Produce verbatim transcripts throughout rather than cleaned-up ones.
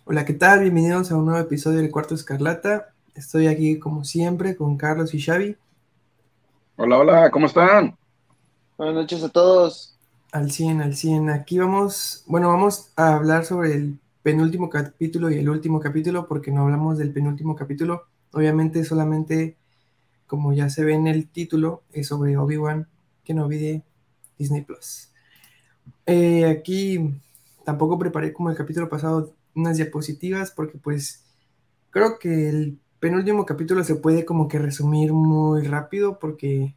Hola, ¿qué tal? Bienvenidos a un nuevo episodio del Cuarto Escarlata. Estoy aquí como siempre con Carlos y Xavi. Hola, hola, ¿cómo están? Buenas noches a todos. Al cien, al cien. Aquí vamos, bueno, vamos a hablar sobre el penúltimo capítulo y el último capítulo porque no hablamos del penúltimo capítulo. Obviamente solamente, como ya se ve en el título, es sobre Obi-Wan Kenobi de Disney Plus. Eh, aquí tampoco preparé como el capítulo pasado unas diapositivas porque pues creo que el penúltimo capítulo se puede como que resumir muy rápido porque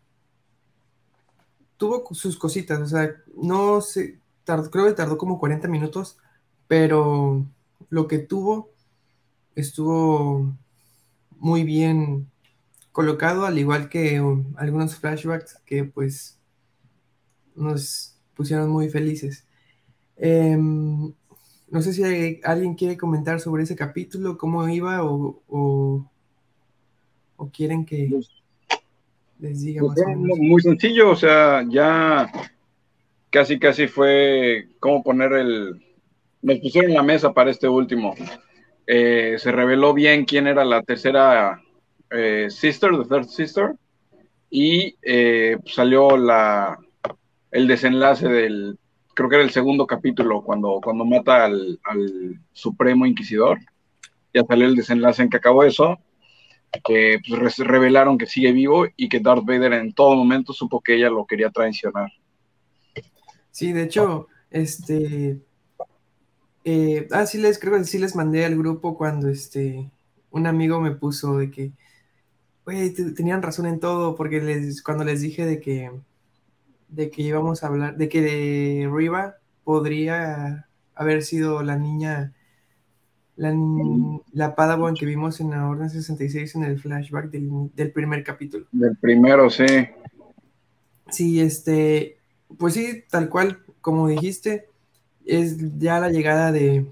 tuvo sus cositas, o sea, no sé, tardó- creo que tardó como cuarenta minutos, pero lo que tuvo estuvo muy bien colocado, al igual que um, algunos flashbacks que pues nos pusieron muy felices. Em, no sé si hay- alguien quiere comentar sobre ese capítulo, cómo iba o, o- o quieren que Pues, les diga pues más fue o mu- menos. muy sencillo, o sea, ya casi casi fue como poner el... Nos pusieron la mesa para este último. Eh, se reveló bien quién era la tercera eh, sister, the third sister, y eh, pues salió la, el desenlace del, creo que era el segundo capítulo, cuando, cuando mata al, al Supremo Inquisidor. Ya salió el desenlace en que acabó eso, que pues, revelaron que sigue vivo y que Darth Vader en todo momento supo que ella lo quería traicionar. Sí, de hecho, este, eh, ah, sí les, creo que sí les mandé al grupo cuando, este, un amigo me puso de que, güey, te- tenían razón en todo, porque les, cuando les dije de que, de que íbamos a hablar, de que de Riva podría haber sido la niña, la, ni- la Padawan que vimos en la Orden sesenta y seis en el flashback del, del primer capítulo. Del primero, sí. Sí, este, pues sí, tal cual, como dijiste, es ya la llegada de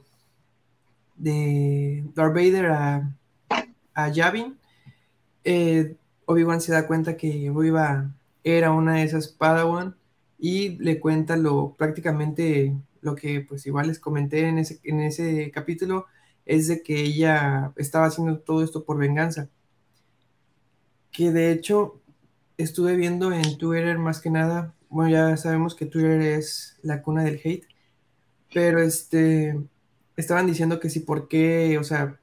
de Darth Vader a, a Yavin, eh, Obi-Wan se da cuenta que Riva era una de esas Padawan y le cuenta lo prácticamente lo que pues igual les comenté en ese, en ese capítulo, es de que ella estaba haciendo todo esto por venganza. Que de hecho estuve viendo en Twitter más que nada, bueno, ya sabemos que Twitter es la cuna del hate, pero este, estaban diciendo que sí, ¿por qué? O sea,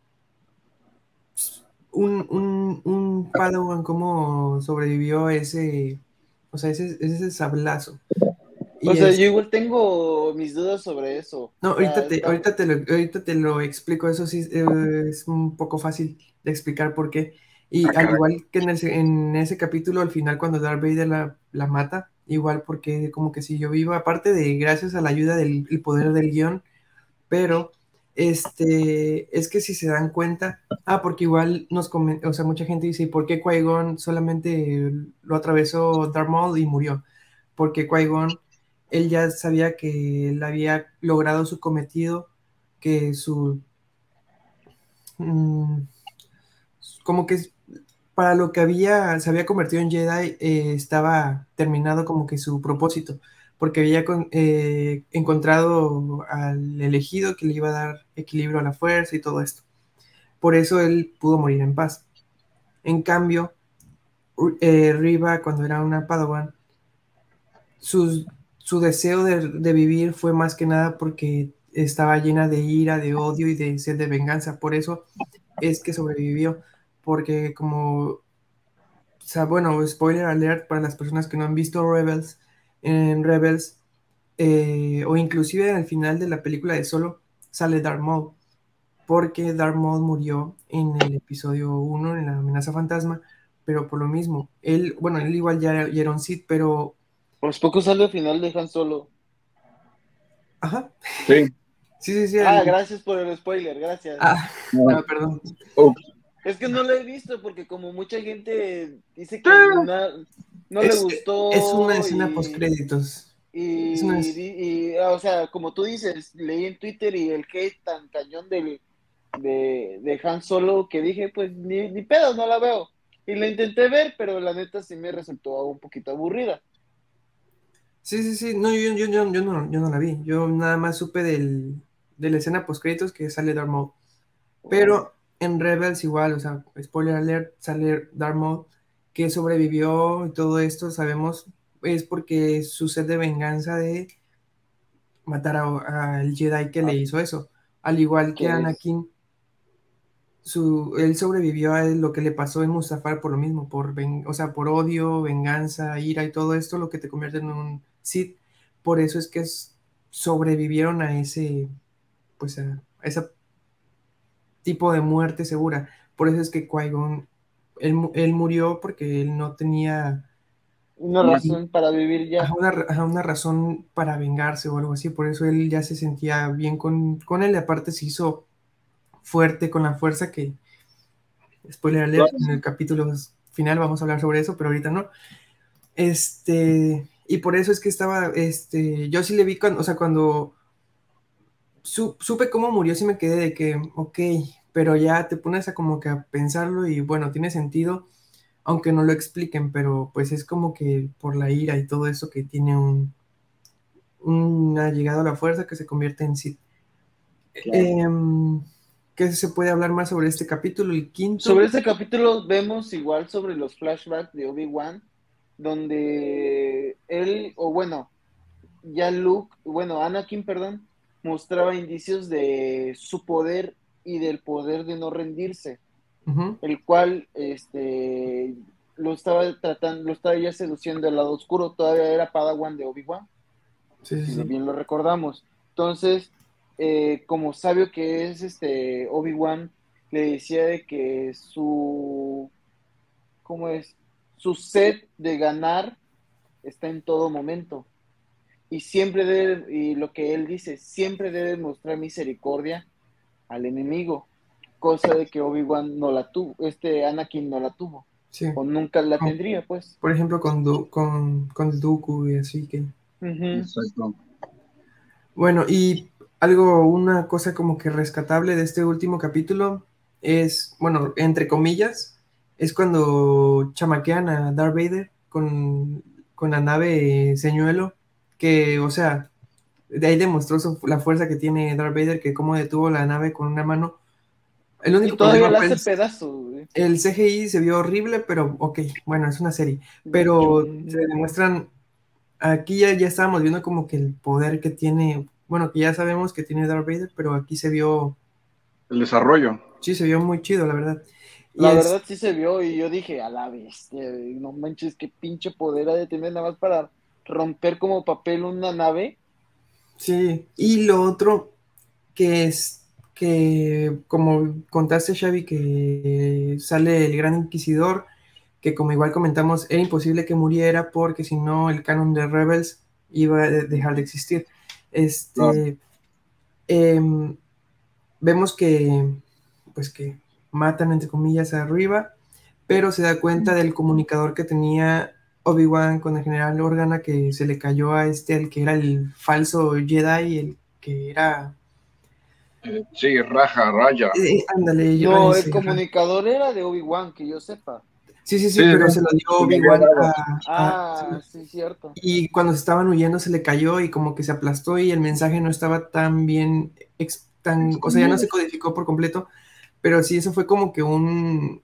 un, un, un Padawan cómo sobrevivió a ese, o sea, ese, ese sablazo. O Y sea, yo es, igual tengo mis dudas sobre eso. O no, ahorita sea, te, está... ahorita te lo, ahorita te lo explico, eso sí eh, es un poco fácil de explicar por qué. Y Ah, al caray. igual que en, el, en ese capítulo, al final cuando Darth Vader la, la mata, igual porque como que si yo vivo, aparte de gracias a la ayuda del el poder del guión, pero este, es que si se dan cuenta, ah, porque igual nos comen, o sea, mucha gente dice, ¿y por qué Qui-Gon solamente lo atravesó Darth Maul y murió? Porque Qui-Gon, él ya sabía que él había logrado su cometido, que su, mm, como que para lo que había, se había convertido en Jedi, eh, estaba terminado como que su propósito, porque había con- eh, encontrado al elegido que le iba a dar equilibrio a la fuerza y todo esto. Por eso él pudo morir en paz. En cambio, eh, Riva, cuando era una Padawan, sus- su deseo de, de vivir fue más que nada porque estaba llena de ira, de odio y de sed de venganza. Por eso es que sobrevivió, porque como o sea, bueno, spoiler alert para las personas que no han visto Rebels, en Rebels, eh, o inclusive al final de la película de Solo, sale Darth Maul, porque Darth Maul murió en el episodio uno en la amenaza fantasma, pero por lo mismo, él, bueno, él igual ya, ya era un Sith, pero, Por poco sale al final de Han Solo. ajá, Sí. sí, sí, sí, Ah, el- gracias por el spoiler, gracias. ah, No. no, perdón. Ups. Es que no lo he visto porque como mucha gente dice Sí. que na- no le Es, es una gustó escena post y, créditos, es una, y, y- o sea, como tú dices, leí en Twitter y el hate tan cañón del, de, de Han Solo que dije, pues ni, ni pedo, no la veo. Y la intenté ver, pero la neta sí me resultó un poquito aburrida. sí, sí, sí, no, yo, yo, yo, yo no, yo no la vi, yo nada más supe del, de la escena post créditos que sale Darth Maul. Pero en Rebels igual, o sea, spoiler alert, sale Darth Maul, que sobrevivió y todo esto, sabemos, es porque su sed de venganza de matar a- al Jedi que le Ah, hizo eso. Al igual que que es Anakin, su, él sobrevivió a lo que le pasó en Mustafar por lo mismo, por ven- o sea, por odio, venganza, ira y todo esto, lo que te convierte en un Sith. Por eso es que es- sobrevivieron a ese, pues a, a ese tipo de muerte segura. Por eso es que Qui-Gon, él, mu- él murió porque él no tenía una razón para vivir ajá, ya. una, ra- ajá, una razón para vengarse o algo así. Por eso él ya se sentía bien con, con él. Y aparte se hizo fuerte con la fuerza que, spoiler alert, en el capítulo final vamos a hablar sobre eso, pero ahorita no. Este, y por eso es que estaba, este, yo sí le vi cuando, o sea, cuando su- supe cómo murió, sí me quedé de que, ok, pero ya te pones a como que a pensarlo y bueno, tiene sentido, aunque no lo expliquen, pero pues es como que por la ira y todo eso que tiene un, una llegada a la fuerza que se convierte en Sith. Claro. Em, ¿Qué se puede hablar más sobre este capítulo? El quinto. Sobre este capítulo vemos igual sobre los flashbacks de Obi-Wan, donde él, o bueno, ya Luke, bueno, Anakin, perdón, mostraba indicios de su poder y del poder de no rendirse, Ujú. el cual este lo estaba tratando, lo estaba ya seduciendo al lado oscuro, todavía era Padawan de Obi-Wan, Sí, sí, si lo sí. bien lo recordamos. Entonces, eh, como sabio que es este Obi-Wan, le decía de que su, ¿cómo es? Su sed de ganar está en todo momento. Y siempre debe, y lo que él dice, siempre debe mostrar misericordia al enemigo, cosa de que Obi-Wan no la tuvo, este Anakin no la tuvo, Sí. o nunca la Como, tendría, pues. por ejemplo, con, Du- con, con Dooku y así que. Ujú. Exacto. Bueno, y algo, una cosa como que rescatable de este último capítulo es, bueno, entre comillas, es cuando chamaquean a Darth Vader con, con la nave señuelo, que, o sea, de ahí demostró su- la fuerza que tiene Darth Vader, que cómo detuvo la nave con una mano. El Y único todavía problema la fue hace el, pedazos, güey. el C G I, se vio horrible, pero ok, bueno, es una serie. Yo, Pero se demuestran aquí ya, ya estábamos viendo como que el poder que tiene, bueno, que ya sabemos que tiene Darth Vader, pero aquí se vio, El desarrollo. sí, se vio muy chido, la verdad. Y la es, verdad sí se vio y yo dije, a la bestia, güey, no manches, qué pinche poder ha de tener nada más para romper como papel una nave. sí, y lo otro que es que, como contaste, Xavi, que sale el Gran Inquisidor, que como igual comentamos, era imposible que muriera porque si no el canon de Rebels iba a de- dejar de existir. Claro. Este, em, vemos que, pues que matan entre comillas arriba, pero se da cuenta del comunicador que tenía Obi-Wan con el general Organa que se le cayó a este, el que era el falso Jedi, el que era... Eh, sí, raja, raya. eh, ándale, yo- No, el ese, ajá. comunicador era de Obi-Wan, que yo sepa. Sí, sí, Sí, sí, sí, pero se lo dio sí. Se le había Obi-Wan dado. a, a- Ah, sí. sí, cierto. Y cuando se estaban huyendo se le cayó y como que se aplastó y el mensaje no estaba tan bien, ex- tan, o sea, ya no Escondido. se codificó por completo, pero sí, eso fue como que un,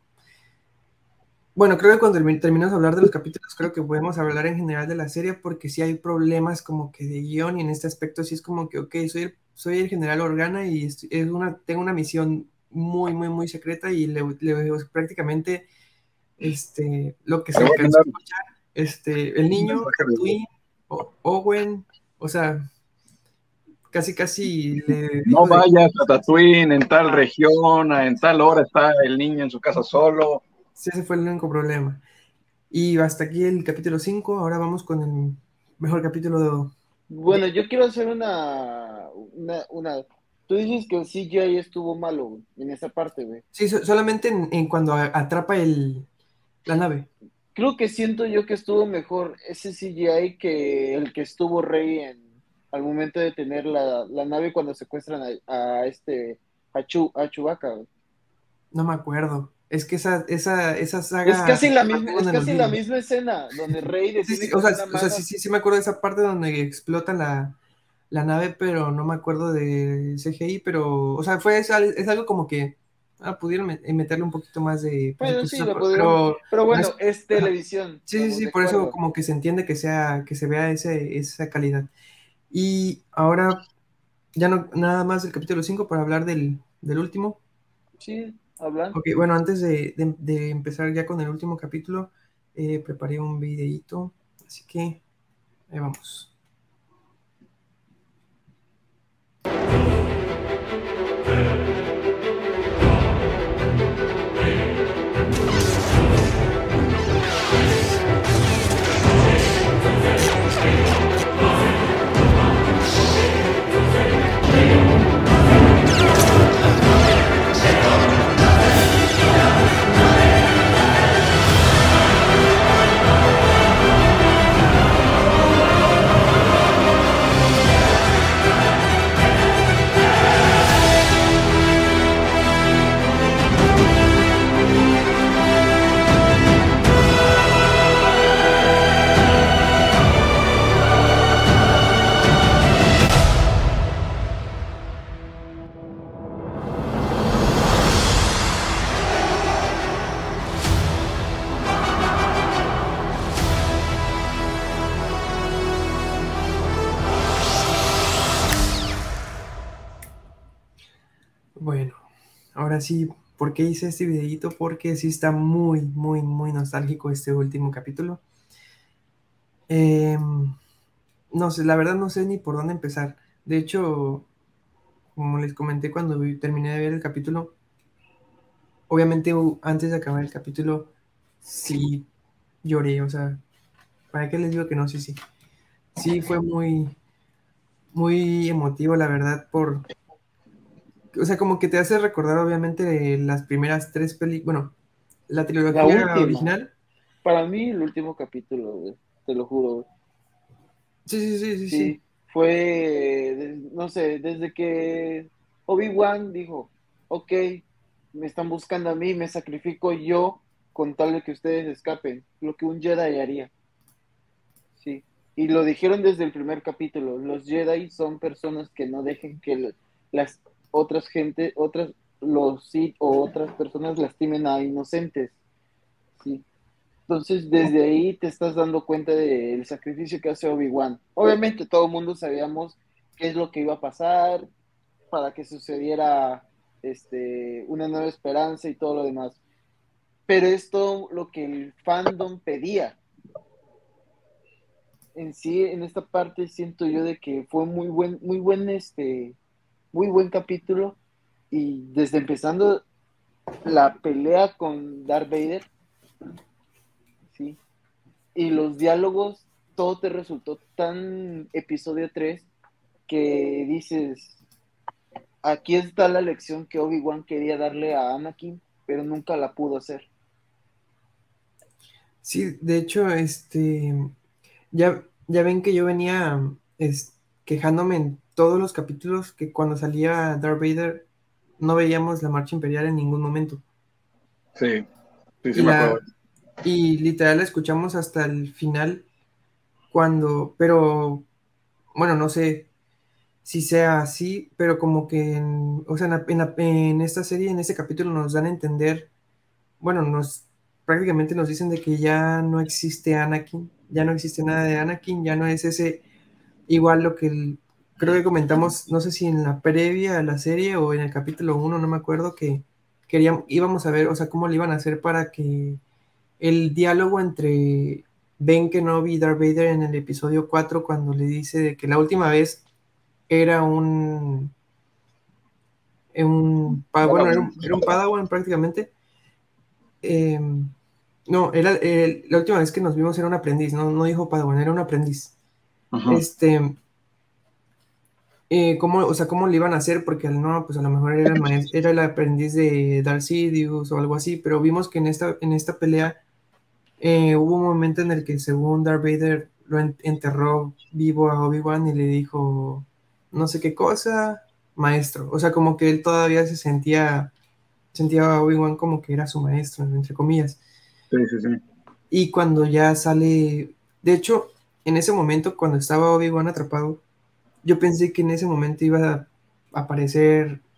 bueno, creo que cuando termi- terminemos de hablar de los capítulos, creo que podemos hablar en general de la serie porque sí hay problemas como que de guión y en este aspecto sí es como que, ok, soy el, soy el general Organa y es, es una, tengo una misión muy, muy, muy secreta y le, le- prácticamente este, lo que Le se voy a alcanzó a mandar escuchar, este, el un niño, mensaje de Tatooine, o- Owen, o sea, casi, casi le no dijo de, vayas a Tatooine en tal región, a- en tal hora está el niño en su casa solo. sí, ese fue el único problema. Y hasta aquí el capítulo cinco. Ahora vamos con el mejor capítulo de... Bueno, yo quiero hacer una, una, una... Tú dices que el C G I estuvo malo, güey, en esa parte, güey. Sí, so- solamente en, en cuando a- atrapa el, la nave. Creo que siento yo que estuvo mejor ese C G I que el que estuvo Rey en al momento de tener la, la nave cuando secuestran a, a este a, Chu, a Chewbacca, güey. No me acuerdo. Es que esa, esa, esa Es saga casi la la misma, tengo es en el casi la olvido. misma escena donde Rey Sí, detiene sí, o con sea, una o sea, sí, mano. sí, sí me acuerdo de esa parte donde explota la, la nave, pero no me acuerdo del C G I, pero, o sea, fue, es, al- es algo como que ah, pudieron met- meterle un poquito más de Bueno, sí, presupuesto, lo pudieron, pero pero no bueno, es- es ajá. televisión, Sí, sí, estamos sí, de por eso acuerdo. como que se entiende que sea, que se vea ese, esa calidad. Y ahora ya no, nada más del capítulo cinco para hablar del, del último. Sí, hablan. Ok, bueno, antes de, de- de empezar ya con el último capítulo, eh, preparé un videíto, así que ahí vamos. Bueno, ahora sí, ¿por qué hice este videíto? Porque sí está muy, muy, muy nostálgico este último capítulo. Em, no sé, la verdad no sé ni por dónde empezar. De hecho, como les comenté cuando vi- terminé de ver el capítulo, obviamente u- antes de acabar el capítulo, sí lloré, o sea, ¿para qué les digo que no? Sí, sí. Sí, fue muy, muy emotivo, la verdad, por, o sea, como que te hace recordar obviamente las primeras tres películas, bueno, la La trilogía última, original. para mí el último capítulo, güey, te lo juro, güey. Sí, sí, sí, sí, sí. Sí, fue, de- no sé, desde que Obi-Wan dijo, ok, me están buscando a mí, me sacrifico yo con tal de que ustedes escapen, lo que un Jedi haría, sí. Y lo dijeron desde el primer capítulo, los Jedi son personas que no dejen que l- las otras gente, otras, los Sith o otras personas lastimen a inocentes, sí. Entonces, desde ahí te estás dando cuenta del sacrificio que hace Obi-Wan. Obviamente, todo el mundo sabíamos qué es lo que iba a pasar para que sucediera este, una nueva esperanza y todo lo demás. Pero es todo lo que el fandom pedía. En sí, en esta parte siento yo de que fue muy buen, muy buen, este, muy buen capítulo. Y desde empezando la pelea con Darth Vader, sí, y los diálogos, todo te resultó tan episodio tres que dices, aquí está la lección que Obi-Wan quería darle a Anakin, pero nunca la pudo hacer. Sí, de hecho, este, ya, ya ven que yo venía es, quejándome en todos los capítulos que cuando salía Darth Vader no veíamos la marcha imperial en ningún momento. Sí, sí, sí Y me acuerdo. la, y literal la escuchamos hasta el final cuando, pero bueno, no sé si sea así, pero como que en, o sea, en, la- en la- en esta serie, en este capítulo nos dan a entender, bueno, nos prácticamente nos dicen de que ya no existe Anakin, ya no existe nada de Anakin, ya no es ese, igual lo que el- creo que comentamos, no sé si en la previa a la serie o en el capítulo uno, no me acuerdo, que queríamos, íbamos a ver, o sea, cómo le iban a hacer para que el diálogo entre Ben Kenobi y Darth Vader en el episodio cuatro cuando le dice de que la última vez era un, un pa- bueno, era Padawan. un, era un Padawan prácticamente. Eh, no, era, el- la última vez que nos vimos era un aprendiz, no, no dijo Padawan, era un aprendiz. Ajá. Este, eh, ¿cómo, o sea, cómo le iban a hacer? Porque no, pues a lo mejor era el, maes- era el aprendiz de Darth Sidious o algo así, pero vimos que en esta, en esta pelea eh, hubo un momento en el que según Darth Vader lo en- enterró vivo a Obi-Wan y le dijo no sé qué cosa, maestro. O sea, como que él todavía se sentía, sentía a Obi-Wan como que era su maestro, entre comillas. Sí, sí, sí. Y cuando ya sale, de hecho, en ese momento, cuando estaba Obi-Wan atrapado, yo pensé que en ese momento iba a aparecer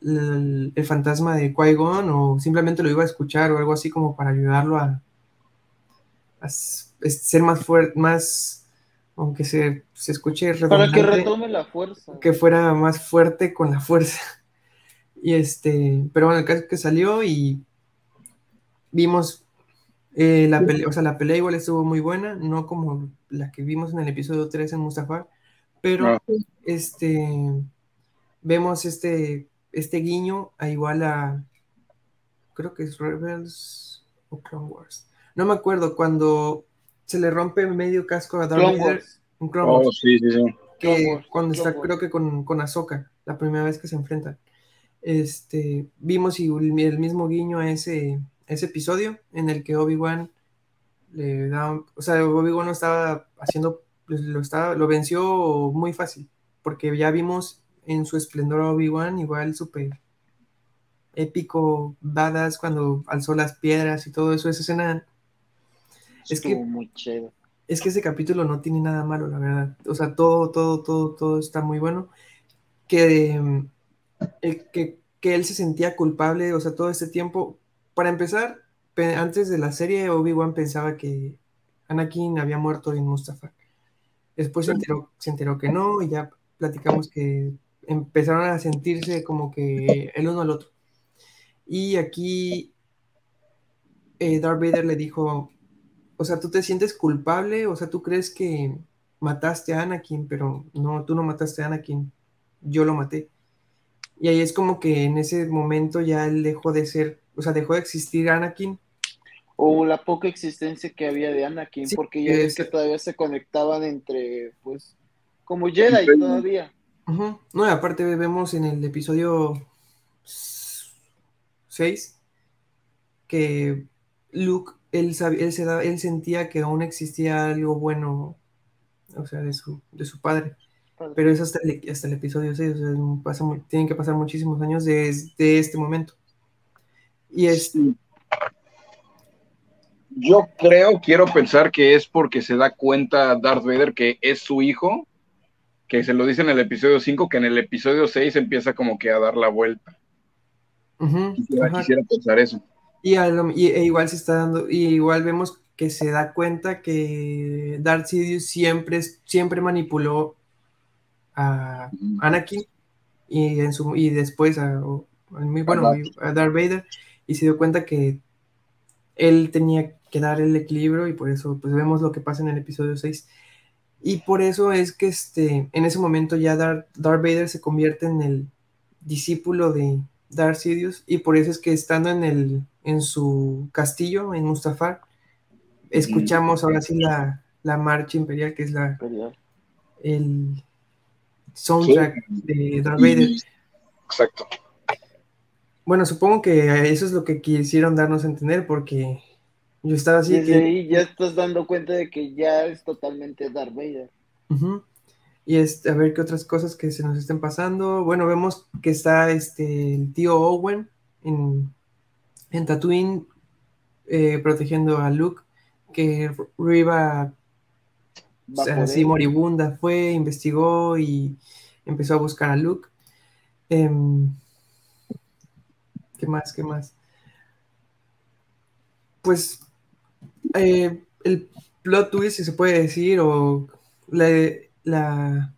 el, el fantasma de Qui-Gon o simplemente lo iba a escuchar o algo así como para ayudarlo a, a ser más fuerte, más, aunque se, se escuche Para que redundante, retome la fuerza. que fuera más fuerte con la fuerza. Y este, pero bueno, el caso es que salió y vimos eh, la pelea, o sea, la pelea igual estuvo muy buena, no como la que vimos en el episodio tres en Mustafar, pero Ah, este, vemos este, este guiño a igual a, creo que es Rebels o Clone Wars. No me acuerdo, cuando se le rompe medio casco a Darth Clone Vader Wars. en Clone oh, Wars, sí, sí, sí. Clone que Wars. cuando Clone está, Wars. creo que con, con Ahsoka, la primera vez que se enfrentan. Este, vimos y el, el mismo guiño a ese, ese episodio en el que Obi-Wan le da, o sea, Obi-Wan lo estaba haciendo, lo, estaba, lo venció muy fácil, porque ya vimos en su esplendor a Obi-Wan igual súper épico, badass, cuando alzó las piedras y todo eso, esa escena, es Estuvo que, muy chido. es que ese capítulo no tiene nada malo, la verdad, o sea, todo, todo, todo, todo está muy bueno, que, eh, que, que él se sentía culpable, o sea, todo este tiempo, para empezar, pe- antes de la serie, Obi-Wan pensaba que Anakin había muerto en Mustafar. Después se enteró, se enteró que no, y ya platicamos que empezaron a sentirse como que el uno al otro. Y aquí eh, Darth Vader le dijo, o sea, tú te sientes culpable, o sea, tú crees que mataste a Anakin, pero no, tú no mataste a Anakin, yo lo maté. Y ahí es como que en ese momento ya él dejó de ser, o sea, dejó de existir Anakin. O la poca existencia que había de Anakin, Sí, porque ya ves es, que todavía se conectaban entre, pues, como Jedi todavía. uh-huh. No, y aparte vemos en el episodio seis que Luke, él, sab- él, se da, él sentía que aún existía algo bueno, o sea, de su, de su padre. Padre. Pero es hasta el, hasta el episodio seis, o sea, pasa, mu- tienen que pasar muchísimos años desde este momento. Y es, Sí. Yo creo, quiero pensar que es porque se da cuenta Darth Vader que es su hijo, que se lo dice en el episodio cinco, que en el episodio seis empieza como que a dar la vuelta. uh-huh, Quisiera, ajá. quisiera pensar eso. Y, a lo- y- e igual se está dando, y igual vemos que se da cuenta que Darth Sidious siempre, siempre manipuló a Anakin y, en su, y después a, o- a muy- bueno, Ajá. a Darth Vader, y se dio cuenta que él tenía que dar el equilibrio y por eso pues vemos lo que pasa en el episodio seis. Y por eso es que este, en ese momento ya Darth, Darth Vader se convierte en el discípulo de Darth Sidious y por eso es que estando en, el, en su castillo, en Mustafar, Ujú. escuchamos ahora sí la, la marcha imperial, que es la, Pero el Sí, soundtrack de Darth Vader. y exacto. Bueno, supongo que eso es lo que quisieron darnos a entender porque yo estaba así desde que... ahí ya estás dando cuenta de que ya es totalmente Darth Vader. Uh-huh. Y este, a ver qué otras cosas que se nos estén pasando. Bueno, vemos que está este, el tío Owen en, en Tatooine eh, protegiendo a Luke, que Riva, o Va sea, por así él. moribunda, fue, investigó y empezó a buscar a Luke. Em, ¿qué más? ¿Qué más? Pues eh, el plot twist, si se puede decir, o la, la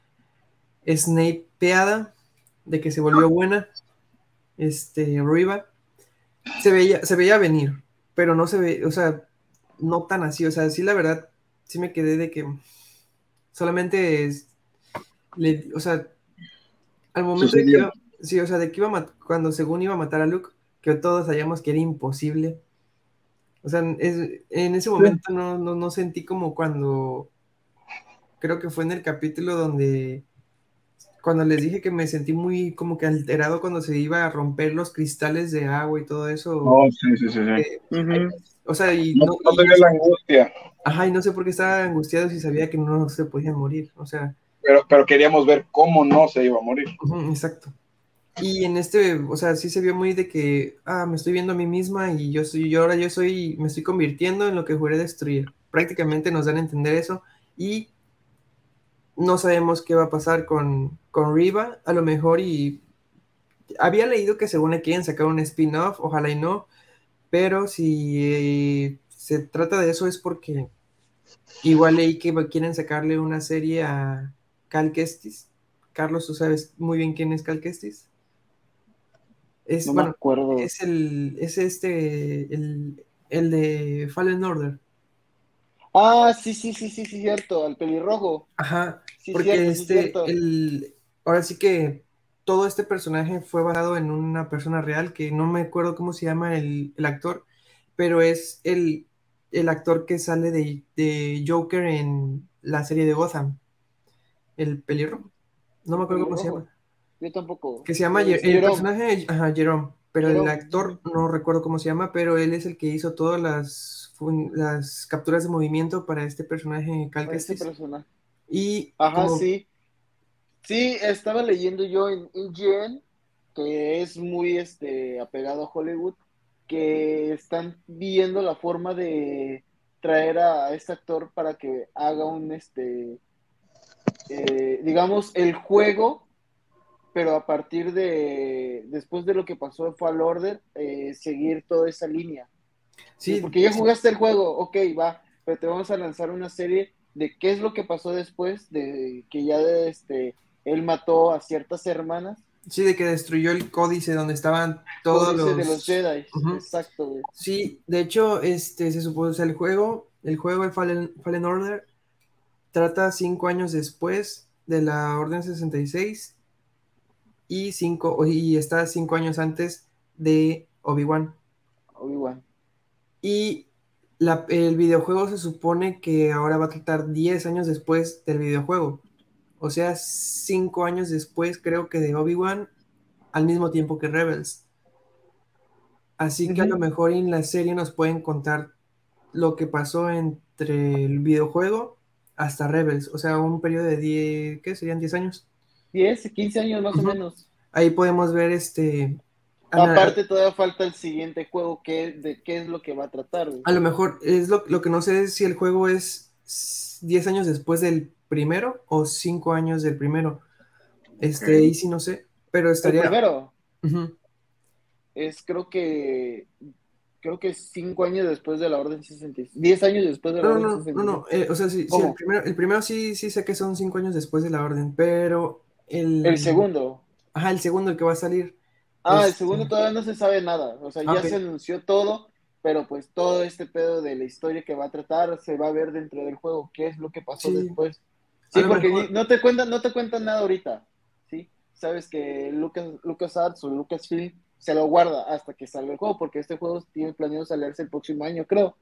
Snapeada de que se volvió buena, este, Riva, se veía, se veía venir, pero no se ve, o sea, no tan así, o sea, sí la verdad, sí me quedé de que solamente es, le, o sea, al momento de que Sucedió. iba, sí, o sea, de que iba a mat- cuando según iba a matar a Luke, que todos sabíamos que era imposible, o sea, es- en ese Sí. momento no, no, no sentí como cuando, creo que fue en el capítulo donde, cuando les dije que me sentí muy como que alterado cuando se iba a romper los cristales de agua y todo eso, No, sí, sí, sí, sí. eh, Ujú. o sea, y No, no, no y te no dio la angustia, ajá, y no sé por qué estaba angustiado si sabía que no se podían morir. O sea, pero, pero queríamos ver cómo no se iba a morir. ujú, exacto. Y en este, o sea, sí se vio muy de que, ah, me estoy viendo a mí misma y yo soy, yo ahora yo soy, me estoy convirtiendo en lo que juré destruir. Prácticamente nos dan a entender eso y no sabemos qué va a pasar con, con Riva, a lo mejor y había leído que según le quieren sacar un spin-off, ojalá y no, pero si eh, se trata de eso es porque igual leí que quieren sacarle una serie a Cal Kestis. Carlos, tú sabes muy bien quién es Cal Kestis. Es, No me bueno, acuerdo. es el, es este, el, el de Fallen Order. Ah, sí, sí, sí, sí, sí, cierto, al pelirrojo. Ajá, Sí, porque cierto, sí, este, cierto. el, ahora sí que todo este personaje fue basado en una persona real, que no me acuerdo cómo se llama el, el actor, pero es el, el actor que sale de, de Joker en la serie de Gotham, el pelirrojo, no me El acuerdo cómo se llama, pelirrojo. Yo tampoco. que se llama, Ye- Es el Jerome. personaje, ajá, Jerome, pero el Jerome. actor Ujú. no recuerdo cómo se llama, pero él es el que hizo todas las, fun- las capturas de movimiento para este personaje Cal Para ese Kestis. personaje. Y Ajá, como, sí. Sí, estaba leyendo yo en I G N, que es muy este, apegado a Hollywood, que están viendo la forma de traer a este actor para que haga un, este, eh, digamos, el juego, pero a partir de, después de lo que pasó en Fall Order, eh, seguir toda esa línea. Sí, sí, porque ya jugaste el juego, ok, va, pero te vamos a lanzar una serie de qué es lo que pasó después de que ya este, él mató a ciertas hermanas. sí, de que destruyó el códice donde estaban todos Códice de los los... Jedi, Ujú. exacto, güey. Sí, de hecho, este, se supone, o sea, el juego, el juego, el Fallen, Fallen Order, trata cinco años después de la Orden sesenta y seis y cinco, y está cinco años antes de Obi-Wan. Obi-Wan. Y la- el videojuego se supone que ahora va a tratar diez años después del videojuego. O sea, cinco años después, creo que de Obi-Wan, al mismo tiempo que Rebels. Así que a lo Ujú. mejor en la serie nos pueden contar lo que pasó entre el videojuego hasta Rebels, o sea, un periodo de diez, ¿qué serían? Diez años. diez, quince años más o Ujú. menos. Ahí podemos ver este, ana- Aparte, todavía falta el siguiente juego, que, de qué es lo que va a tratar, güey. a lo mejor es lo, lo que no sé es si el juego es diez años después del primero o cinco años del primero. Ok. Este, ahí sí no sé, pero El estaría... primero Ujú. es, creo que, creo que cinco años después de la Orden sesenta y seis. diez años después de la No, Orden no, no, sesenta y seis. no, eh, o sea, sí, sí, el ¿Cómo? primero, el primero sí, sí sé que son cinco años después de la orden, pero El el, segundo. ajá, el segundo, el que va a salir, Ah, el este, segundo todavía no se sabe nada. O sea, ah, ya ok, se anunció todo, pero pues todo este pedo de la historia que va a tratar se va a ver dentro del juego, qué es lo que pasó sí, después. a Sí, lo porque ni- mejor, no te cuentan, no te cuentan nada ahorita, ¿sí? Sabes que Lucas, LucasArts o Lucasfilm se lo guarda hasta que salga el juego, porque este juego tiene planeado salirse el próximo año, creo.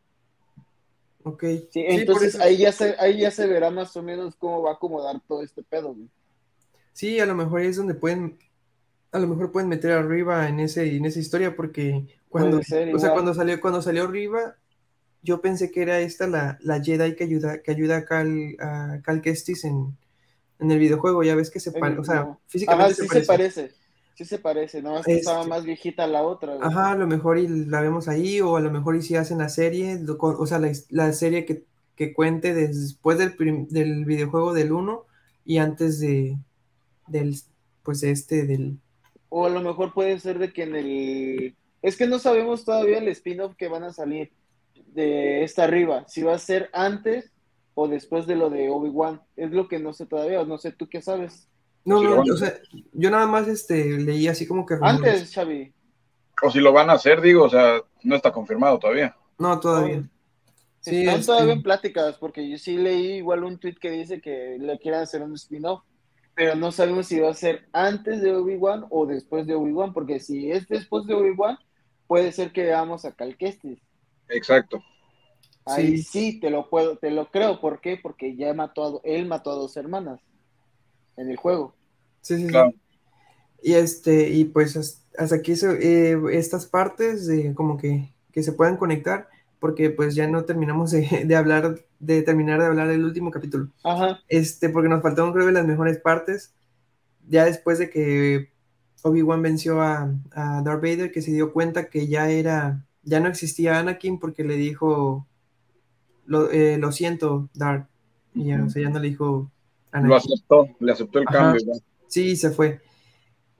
ok, Sí, sí, por entonces eso, ahí ya se, ahí ya se verá más o menos cómo va a acomodar todo este pedo, güey. sí, a lo mejor es donde pueden, a lo mejor pueden meter arriba en ese, en esa historia, porque cuando, Puede ser o sea, igual. cuando salió, cuando salió arriba, yo pensé que era esta la, la Jedi que ayuda, que ayuda a Cal, a Cal Kestis en, en el videojuego, ya ves que se En parece, el- o sea, no. Ajá, físicamente se sí se parece. parece. Sí se parece, no, es que estaba Este, más viejita la otra, güey. ajá, a lo mejor y la vemos ahí, o a lo mejor y si hacen la serie, lo co- o sea, la, his- la serie que, que cuente después del, prim- del videojuego del uno y antes de, del, pues de este, del... O a lo mejor puede ser de que en el... Es que no sabemos todavía el spin-off que van a salir de esta arriba, si va a ser antes o después de lo de Obi-Wan. Es lo que no sé todavía, no sé tú qué sabes. O No, si lo no, van a o hacer. sea, yo nada más este, leí así como que rumores. Antes, Xavi. O si lo van a hacer, digo, o sea, no está confirmado todavía. No, Oh, todavía. Sí, están todavía en este, pláticas, porque yo sí leí igual un tweet que dice que le quieren hacer un spin-off, pero no sabemos si va a ser antes de Obi-Wan o después de Obi-Wan, porque si es después de Obi-Wan, puede ser que veamos a Cal Kestis. Exacto. Ahí sí, sí te lo puedo, te lo creo. ¿Por qué? Porque ya mató a, él mató a dos hermanas en el juego. sí, sí, Claro. sí. Y este, y pues has- hasta aquí se- eh, estas partes de como que, que se puedan conectar, porque pues ya no terminamos de, de hablar, de terminar de hablar del último capítulo. Ajá. Este, porque nos faltaron, creo que las mejores partes, ya después de que Obi-Wan venció a, a Darth Vader, que se dio cuenta que ya era, ya no existía Anakin porque le dijo, lo, eh, lo siento, Darth, y ya, o Ujú. sea, ya no le dijo Lo Anakin. aceptó, le aceptó el Ajá, cambio, ¿no? sí, se fue.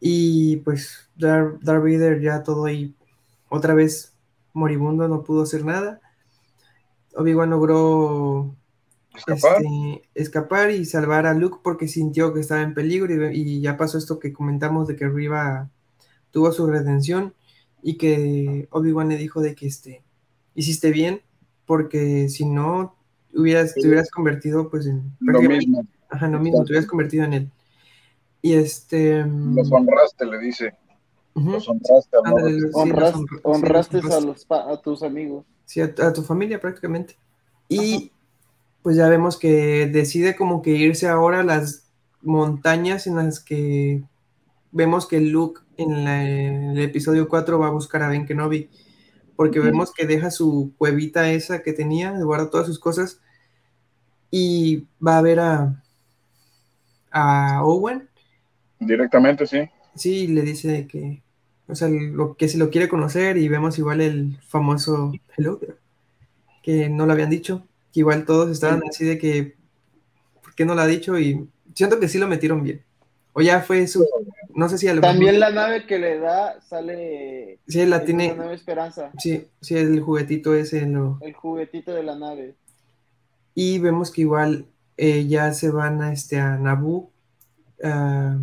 Y pues Darth, Darth Vader ya todo ahí otra vez moribundo, no pudo hacer nada. Obi-Wan logró Escapar. este, escapar y salvar a Luke porque sintió que estaba en peligro y, y ya pasó esto que comentamos de que Riva tuvo su redención y que Obi-Wan le dijo de que este, hiciste bien porque si no hubieras, te hubieras convertido pues en Lo prácticamente mismo. ajá, lo mismo, te Exacto. hubieras convertido en él. Y este... Los mm, honraste, le dice. ujú, Los honraste al no ándale, lo- sí, los, Honras, honr- sí, los honraste a, honraste. los, pa- a tus amigos. Sí, a, a tu familia prácticamente. Ajá. Y pues ya vemos que decide como que irse ahora a las montañas en las que vemos que Luke en, la- en el episodio cuatro va a buscar a Ben Kenobi, porque Ujú. vemos que deja su cuevita esa que tenía, guarda todas sus cosas y va a ver a, a Owen, Directamente, sí. sí, y le dice que, o sea, lo, que si lo quiere conocer y vemos igual el famoso hello there, que no lo habían dicho, que igual todos estaban Sí. así de que, ¿por qué no lo ha dicho? Y siento que sí lo metieron bien. O ya fue su, no sé si a lo mejor, También la nave que le da sale sí, la en Una tiene, Nueva Esperanza, sí, sí, el juguetito ese lo... el juguetito de la nave. Y vemos que igual eh, ya se van a, este, a Naboo a,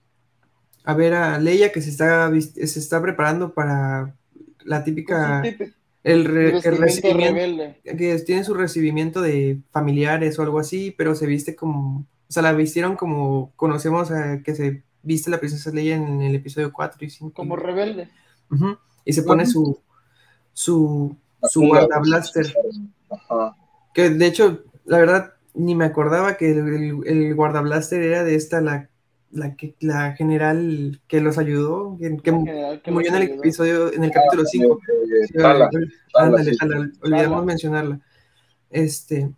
a ver a Leia que se está, vis- se está preparando para la Con su típica, típico el, re- el vestimenta recibimiento, rebelde. que tiene su recibimiento de familiares o algo así, pero se viste como, o sea, la vistieron como conocemos a que se viste la princesa Leia en el episodio cuatro y cinco Como igual. rebelde. Ujú. Y se pone Bueno, su, su, la su funda de sus guardablaster, Ajá. que de hecho, la verdad, ni me acordaba que el, el, el guardablaster era de esta, la, la, que, la general que los ayudó, que, que La general que murió los en el ayudó. episodio, en el Ah, capítulo eh, cinco. eh, Sí, ol- Tala. ol- Tala, ándale, sí. Tala, olvidamos Tala. mencionarla. Este,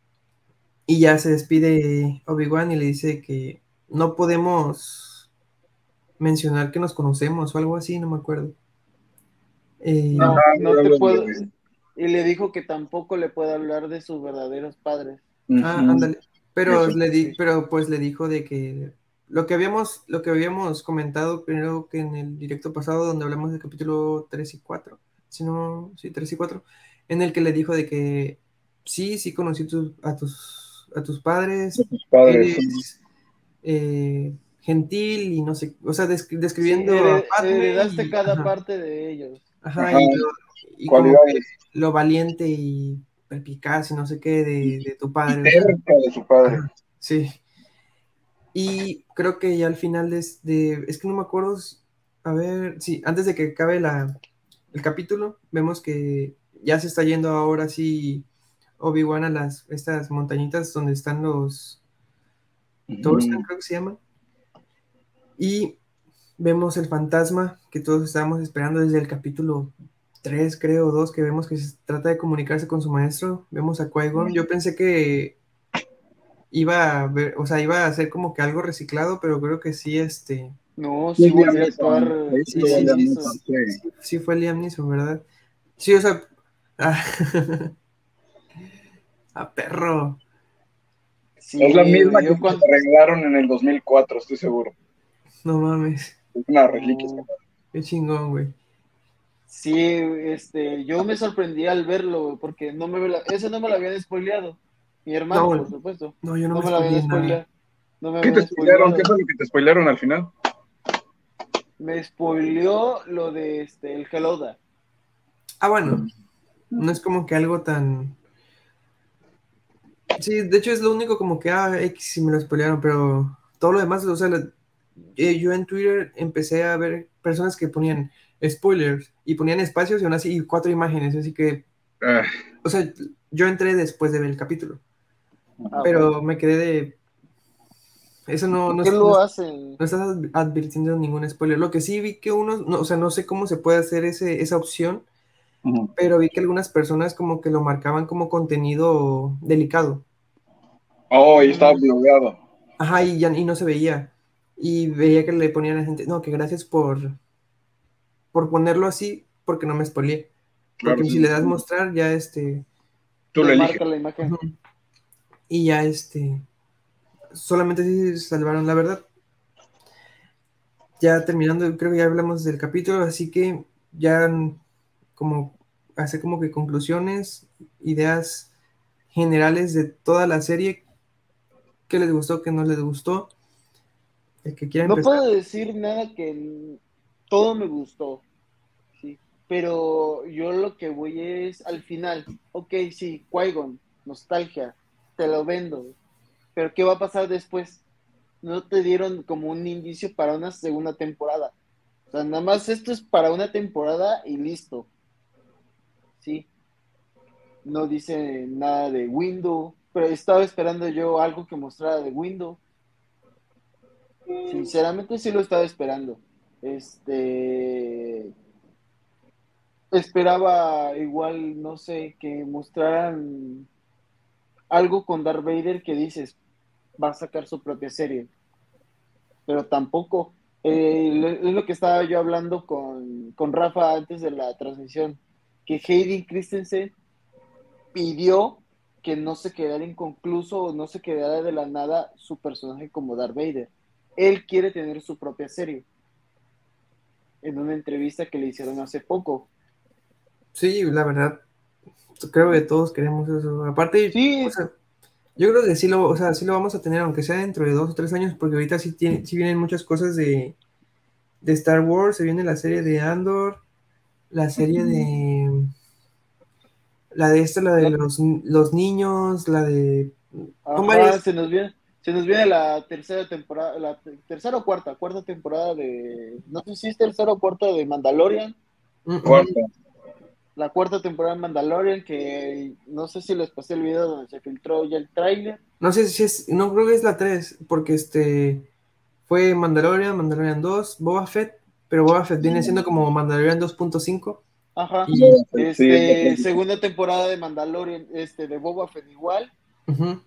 y ya se despide Obi-Wan y le dice que no podemos mencionar que nos conocemos o algo así, no me acuerdo. Eh, No, Ajá, no te algo puedo. de- Y le dijo que tampoco le puede hablar de sus verdaderos padres. Ah, Ujú. ándale. Pero Eso. le di, pero pues le dijo de que lo que habíamos, lo que habíamos comentado primero que en el directo pasado, donde hablamos del capítulo tres y cuatro, si no, sí, tres y cuatro, en el que le dijo de que sí, sí conocí tu- a tus, a tus De padres, tus padres, sí. eres eh, gentil y no sé, o sea, desc- Sí, describiendo a hered- Padme heredaste y, cada ajá, parte de ellos. ajá, Ajá. y, lo- y como que Cualidades. lo valiente y perpicaz y no sé qué de, de tu Y padre, o sea, terca de su padre. ajá, sí. Y creo que ya al final de, de- es que no me acuerdo, si- a ver, sí, antes de que acabe la, el capítulo, vemos que ya se está yendo ahora sí Obi-Wan a las, estas montañitas donde están los Torstan, Ujú. creo que se llaman, y vemos el fantasma que todos estábamos esperando desde el capítulo tres creo, dos que vemos que se trata de comunicarse con su maestro, vemos a Qui-Gon, yo pensé que iba a ver, o sea, iba a ser como que algo reciclado, pero creo que sí, este... No, Sí, sí Liam volvió a actuar Neeson. Ahí Sí, Liam estuvo sí, Liam sí, Neeson, Neeson. sí. sí, sí fue Liam Neeson, ¿verdad? Sí, o sea, ah, a perro, Sí, Es la misma que yo me cuando. regalaron en el dos mil cuatro, estoy seguro. no mames, Es una reliquia. No. qué chingón, güey. Sí, este, yo me sorprendí al verlo, güey, porque no me la- ese no me lo habían spoileado. Mi hermano, No, por supuesto. no, yo no No me me lo habían spoileé nada. spoileado. No me ¿Qué te habían spoilearon? ¿Qué spoileado. fue lo que te spoilearon al final? Me spoileó lo de este, el Helloda. Ah, bueno, no es como que algo tan... Sí, de hecho es lo único como que, ah, X sí me lo spoilearon, pero todo lo demás, o sea, la- eh, yo en Twitter empecé a ver personas que ponían spoilers y ponían espacios y aún así y cuatro imágenes, así que, Ah, o sea, yo entré después de ver el capítulo, Ah, ok. pero me quedé de... Eso no, ¿Por no, qué es- no, lo es- hacen? no estás adv- advirtiendo ningún spoiler. Lo que sí vi que uno, no, o sea, no sé cómo se puede hacer ese, esa opción, ujú. pero vi que algunas personas como que lo marcaban como contenido delicado. Oh, y estaba Mm, bloqueado. Ajá, y, ya, y no se veía. Y veía que le ponían a la gente, no, que gracias por, por ponerlo así, porque no me spoileé. Claro, Porque sí, si le das sí. mostrar, ya este, Tú lo le eliges. marca la imagen. ujú, y ya este, solamente sí se salvaron la verdad. ya terminando, creo que ya hablamos del capítulo, así que ya como hacer como que conclusiones, ideas generales de toda la serie, qué les gustó, qué no les gustó, el que quiera No empezar. puedo decir nada que n- todo me gustó, sí, pero yo lo que voy es al final, ok, sí, Qui-Gon, nostalgia, te lo vendo, pero ¿qué va a pasar después? No te dieron como un indicio para una segunda temporada. O sea, nada más esto es para una temporada y listo, ¿sí? No dice nada de Window, pero estaba esperando yo algo que mostrara de Window. Sinceramente sí lo estaba esperando. Este, esperaba igual, no sé, que mostraran algo con Darth Vader que dices, va a sacar su propia serie, pero tampoco. Eh, es lo que estaba yo hablando con, con Rafa antes de la transmisión, que Hayden Christensen pidió que no se quedara inconcluso o no se quedara de la nada su personaje como Darth Vader. Él quiere tener su propia serie, en una entrevista que le hicieron hace poco. Sí, la verdad, creo que todos queremos eso. Aparte, o Sí, sea, yo creo que sí lo, o sea, sí lo vamos a tener, aunque sea dentro de dos o tres años, porque ahorita sí, tiene, sí vienen muchas cosas de, de Star Wars, se viene la serie de Andor, la serie de, la de esta, la de la, los, los niños, la de, son ajá, varias. se nos viene, se nos viene la tercera temporada, la te- tercera o cuarta, cuarta temporada de, no sé si es tercera o cuarta de Mandalorian, Mm, ujú. Cuarto. la cuarta temporada de Mandalorian, que no sé si les pasé el video donde se filtró ya el tráiler. No sé si es, no creo que es la tres porque este fue Mandalorian, Mandalorian dos, Boba Fett, pero Boba Fett viene siendo como Mandalorian dos punto cinco Ajá. y Sí, es Este, bastante. segunda temporada de Mandalorian, este, de Boba Fett igual. ujú.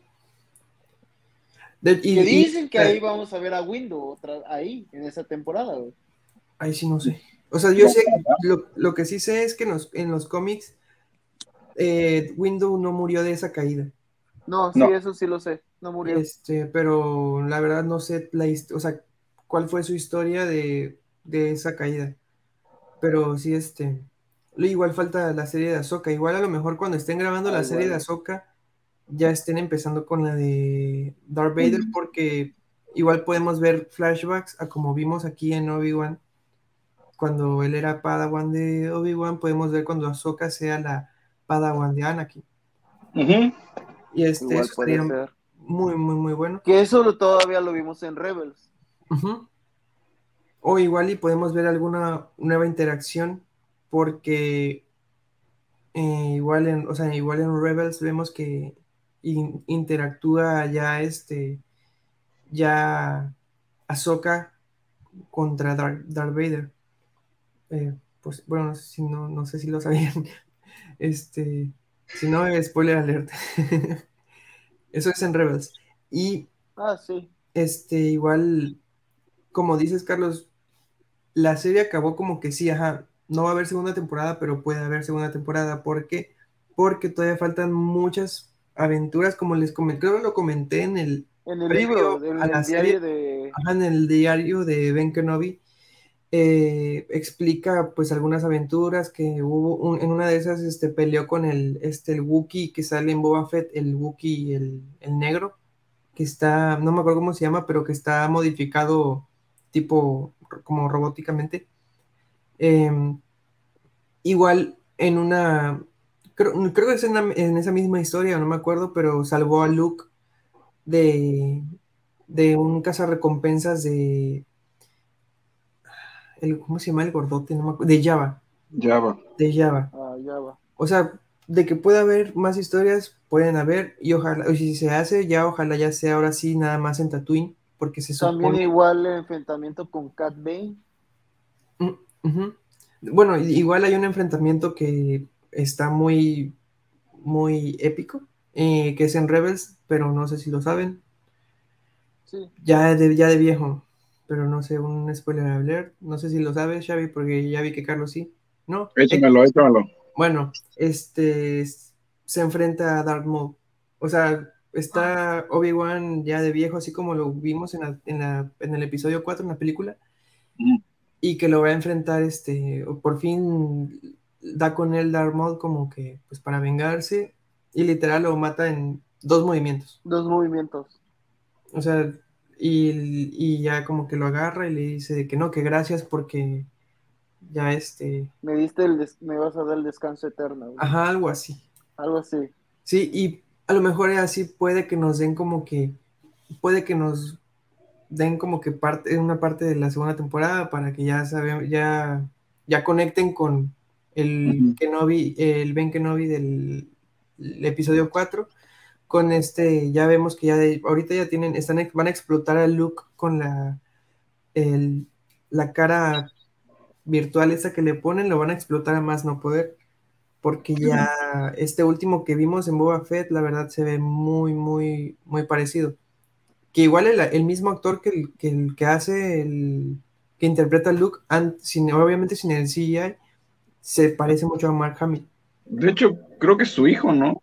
De- Que y, y, dicen que ahí eh, vamos a ver a Window otra, ahí, en esa temporada, güey. ahí sí no sé. O sea, yo No, sé, lo, lo que sí sé es que en los, en los cómics eh, Window no murió de esa caída. No, sí, no. eso sí lo sé, no murió. Este, pero la verdad no sé la, hist- o sea, cuál fue su historia de, de esa caída. Pero sí, este, igual falta la serie de Ahsoka. Igual a lo mejor cuando estén grabando Ah, la serie de igual. Ahsoka ya estén empezando con la de Darth Vader porque igual podemos ver flashbacks a como vimos aquí en Obi-Wan. Cuando él era Padawan de Obi-Wan, podemos ver cuando Ahsoka sea la Padawan de Anakin. Ujú. Y este, Igual eso puede estaría ser. muy, muy, muy bueno. Que eso lo- todavía lo vimos en Rebels. Ujú. O igual y podemos ver alguna nueva interacción porque eh, igual en, o sea, igual en Rebels vemos que in- interactúa ya este, ya Ahsoka contra Darth, Darth Vader. Eh, pues bueno, no sé si no, no sé si lo sabían. Este, si no, eh, spoiler alert. Eso es en Rebels. Y Ah, sí. este, igual, como dices, Carlos, la serie acabó como que sí, ajá, no va a haber segunda temporada, pero puede haber segunda temporada. ¿Por qué? Porque todavía faltan muchas aventuras, como les comenté, creo que lo comenté en el En el previo libro, en a la el serie, diario de... ajá, en el diario de Ben Kenobi, eh, explica pues algunas aventuras que hubo, un- en una de esas este, peleó con el, este, el Wookiee que sale en Boba Fett, el Wookiee, el, el negro, que está, no me acuerdo cómo se llama, pero que está modificado tipo como robóticamente. Em, igual en una, creo, creo que es en, la- en esa misma historia, no me acuerdo, pero salvó a Luke de, de un cazarrecompensas de, el, ¿cómo se llama el gordote? No me acuerdo, de Java, Ya va. de Java. Ah, ya va. O sea, de que pueda haber más historias, pueden haber, y ojalá, y si se hace, ya ojalá ya sea ahora sí nada más en Tatooine, porque se También supone. igual el enfrentamiento con Cat Bane. Mm, ujú. Bueno, i- igual hay un enfrentamiento que está muy, muy épico, eh, que es en Rebels, pero no sé si lo saben, Sí. ya de, ya de viejo, pero no sé, un spoiler alert, no sé si lo sabes, Xavi, porque ya vi que Carlos sí, ¿no? Échamelo, X. échamelo. Bueno, este s- se enfrenta a Darth Maul, o sea, está Obi-Wan ya de viejo, así como lo vimos en, la- en, la- en el episodio cuatro en la película, Mm. y que lo va a enfrentar, este, o por fin da con él Darth Maul como que, pues para vengarse, y literal lo mata en dos movimientos. Dos movimientos. O sea, y, y ya como que lo agarra y le dice de que no, que gracias porque ya este, Me diste el des- me vas a dar el descanso eterno, güey. ajá, algo así. Algo así. Sí, y a lo mejor así puede que nos den como que, puede que nos den como que parte, una parte de la segunda temporada para que ya saben, ya, ya conecten con el Ujú. Kenobi, el Ben Kenobi del el episodio cuatro con este, ya vemos que ya de- ahorita ya tienen, están, van a explotar a Luke con la, el, la cara virtual esa que le ponen, lo van a explotar a más no poder, porque ya este último que vimos en Boba Fett, la verdad se ve muy, muy, muy parecido. Que igual el, el mismo actor que el, que el que hace el que interpreta a Luke, an- sin, obviamente sin el C G I, se parece mucho a Mark Hamill. De hecho, creo que es su hijo, ¿no?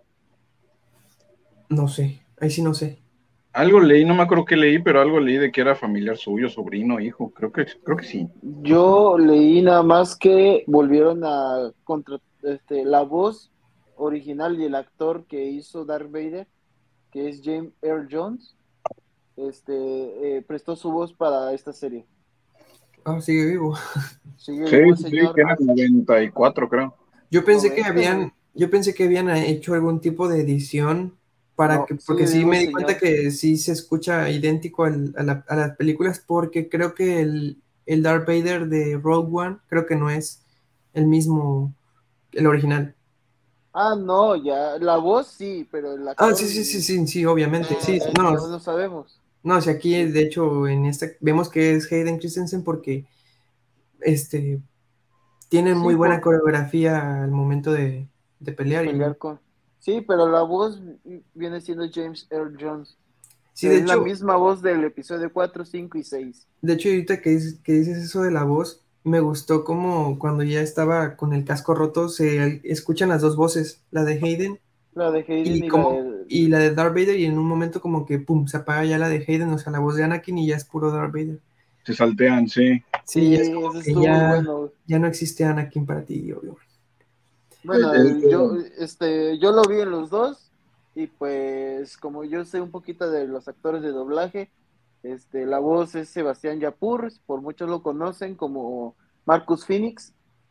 No sé, ahí sí no sé. Algo leí, no me acuerdo qué leí, pero algo leí de que era familiar suyo, sobrino, hijo. Creo que, creo que sí. Yo leí nada más que volvieron a contra este la voz original y el actor que hizo Darth Vader, que es James Earl Jones, este eh, prestó su voz para esta serie. Ah, sigue vivo. Sigue Sí, vivo el sí, sí, señor. tiene noventa y cuatro, creo. Yo pensé que noventa, no, habían, yo pensé que habían hecho algún tipo de edición para no, que, porque sigue sí vivo el me di cuenta señor. que sí se escucha idéntico al- a, la- a las películas, porque creo que el, el Darth Vader de Rogue One, creo que no es el mismo, el original. Ah, no, ya, la voz sí, pero el Ah, actor sí, sí, sí, mm, sí, sí, obviamente. Sí, eh, no, no, no sabemos. no, si aquí Sí, de hecho en esta vemos que es Hayden Christensen porque este tiene muy sí, buena por coreografía al momento de, de pelear y pelear con. Sí, pero la voz viene siendo James Earl Jones. sí, de Es la hecho, misma voz del episodio cuatro, cinco y seis. de hecho ahorita que dices, que dices eso de la voz, me gustó como cuando ya estaba con el casco roto se escuchan las dos voces, la de Hayden La de Hayden y y la como de. y la de Darth Vader y en un momento como que pum, se apaga ya la de Hayden, o sea, la voz de Anakin y ya es puro Darth Vader. Se saltean, sí. Sí, ya es Sí, como eso que estuvo muy ya bueno. ya no existe Anakin para ti, obvio. Bueno, El- el- el- yo, este, yo lo vi en los dos y pues como yo sé un poquito de los actores de doblaje, este, la voz es Sebastián Yapur, por muchos lo conocen como Marcus Phoenix,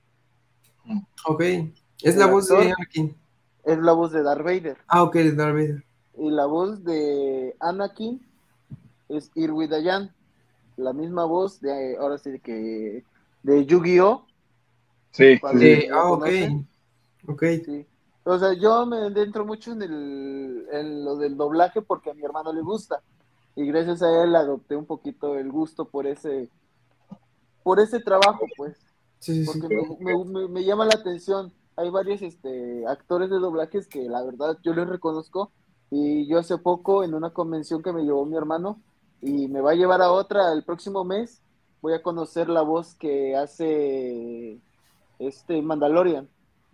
Ok, es la el voz de actor Anakin. es la voz de Darth Vader Ah, ok, de Darth Vader. y la voz de Anakin es Irwin Dayan, la misma voz de, ahora sí que, de Yu-Gi-Oh, sí, sí, para los sí. Eh, que lo ah, ok, conocen. ok. Sí. O sea, yo me adentro mucho en, el, en lo del doblaje porque a mi hermano le gusta. Y gracias a él adopté un poquito el gusto por ese, por ese trabajo, pues. Sí, sí, Porque sí. me, me, me- me llama la atención. Hay varios este, actores de doblajes que la verdad yo les reconozco. Y yo hace poco en una convención que me llevó mi hermano y me va a llevar a otra el próximo mes, voy a conocer la voz que hace este Mandalorian,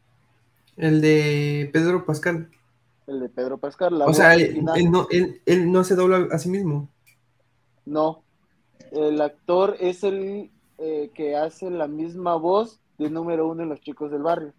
El de Pedro Pascal. el de Pedro Pascal, la O sea, voz él, original. él no, él, él no se dobla a sí mismo. No, el actor es el eh, que hace la misma voz de número uno en Los Chicos del Barrio.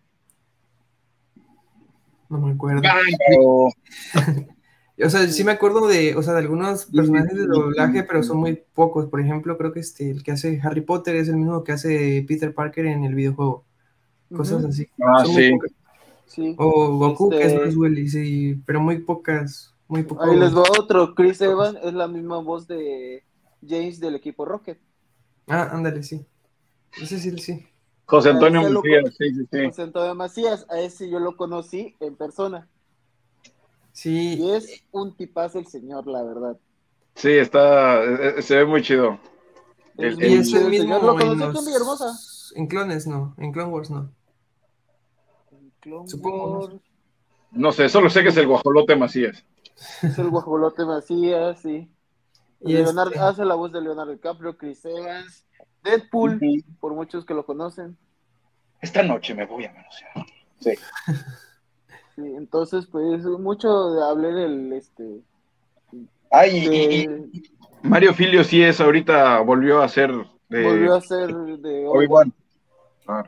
No me acuerdo. Bárbaro. O sea, sí me Sí, acuerdo de, o sea, de algunos Sí, sí, personajes de sí, doblaje, sí, pero sí. son muy pocos. Por ejemplo, creo que este, el que hace Harry Potter es el mismo que hace Peter Parker en el videojuego. Cosas ujú, así. Ah, Son muy sí. pocas. sí. O Goku, que es Bruce Este, Willis, sí, pero muy pocas, muy ahí les va pocos. otro. Chris Evans es la misma voz de James del equipo Rocket. Ah, ándale, sí. Ese sí, sí. José A Antonio ese lo, co- Macías, sí, sí, sí. José Antonio Macías, a ese yo lo conocí en persona. Sí, Y es un tipazo el señor, la verdad. Sí, está, eh, eh, se ve muy chido. Es El, y muy es el chido el, el señor. Lo mismo en conocí aquí en Villahermosa. los... En clones, no. En Clone Wars, no. En Clone Supongo, no sé. Wars. no sé, solo sé que es el guajolote Macías. Es el guajolote Macías, sí. Y Leonardo, este... hace la voz de Leonardo DiCaprio, Chris Evans, Deadpool, Ujú. por muchos que lo conocen. Esta noche me voy a manosear. Sí. Sí, entonces, pues, mucho de hablé del, este, Ah, y, y- y de, Mario Filio sí es, ahorita volvió a ser De Volvió a ser de Obi-Wan. Ah,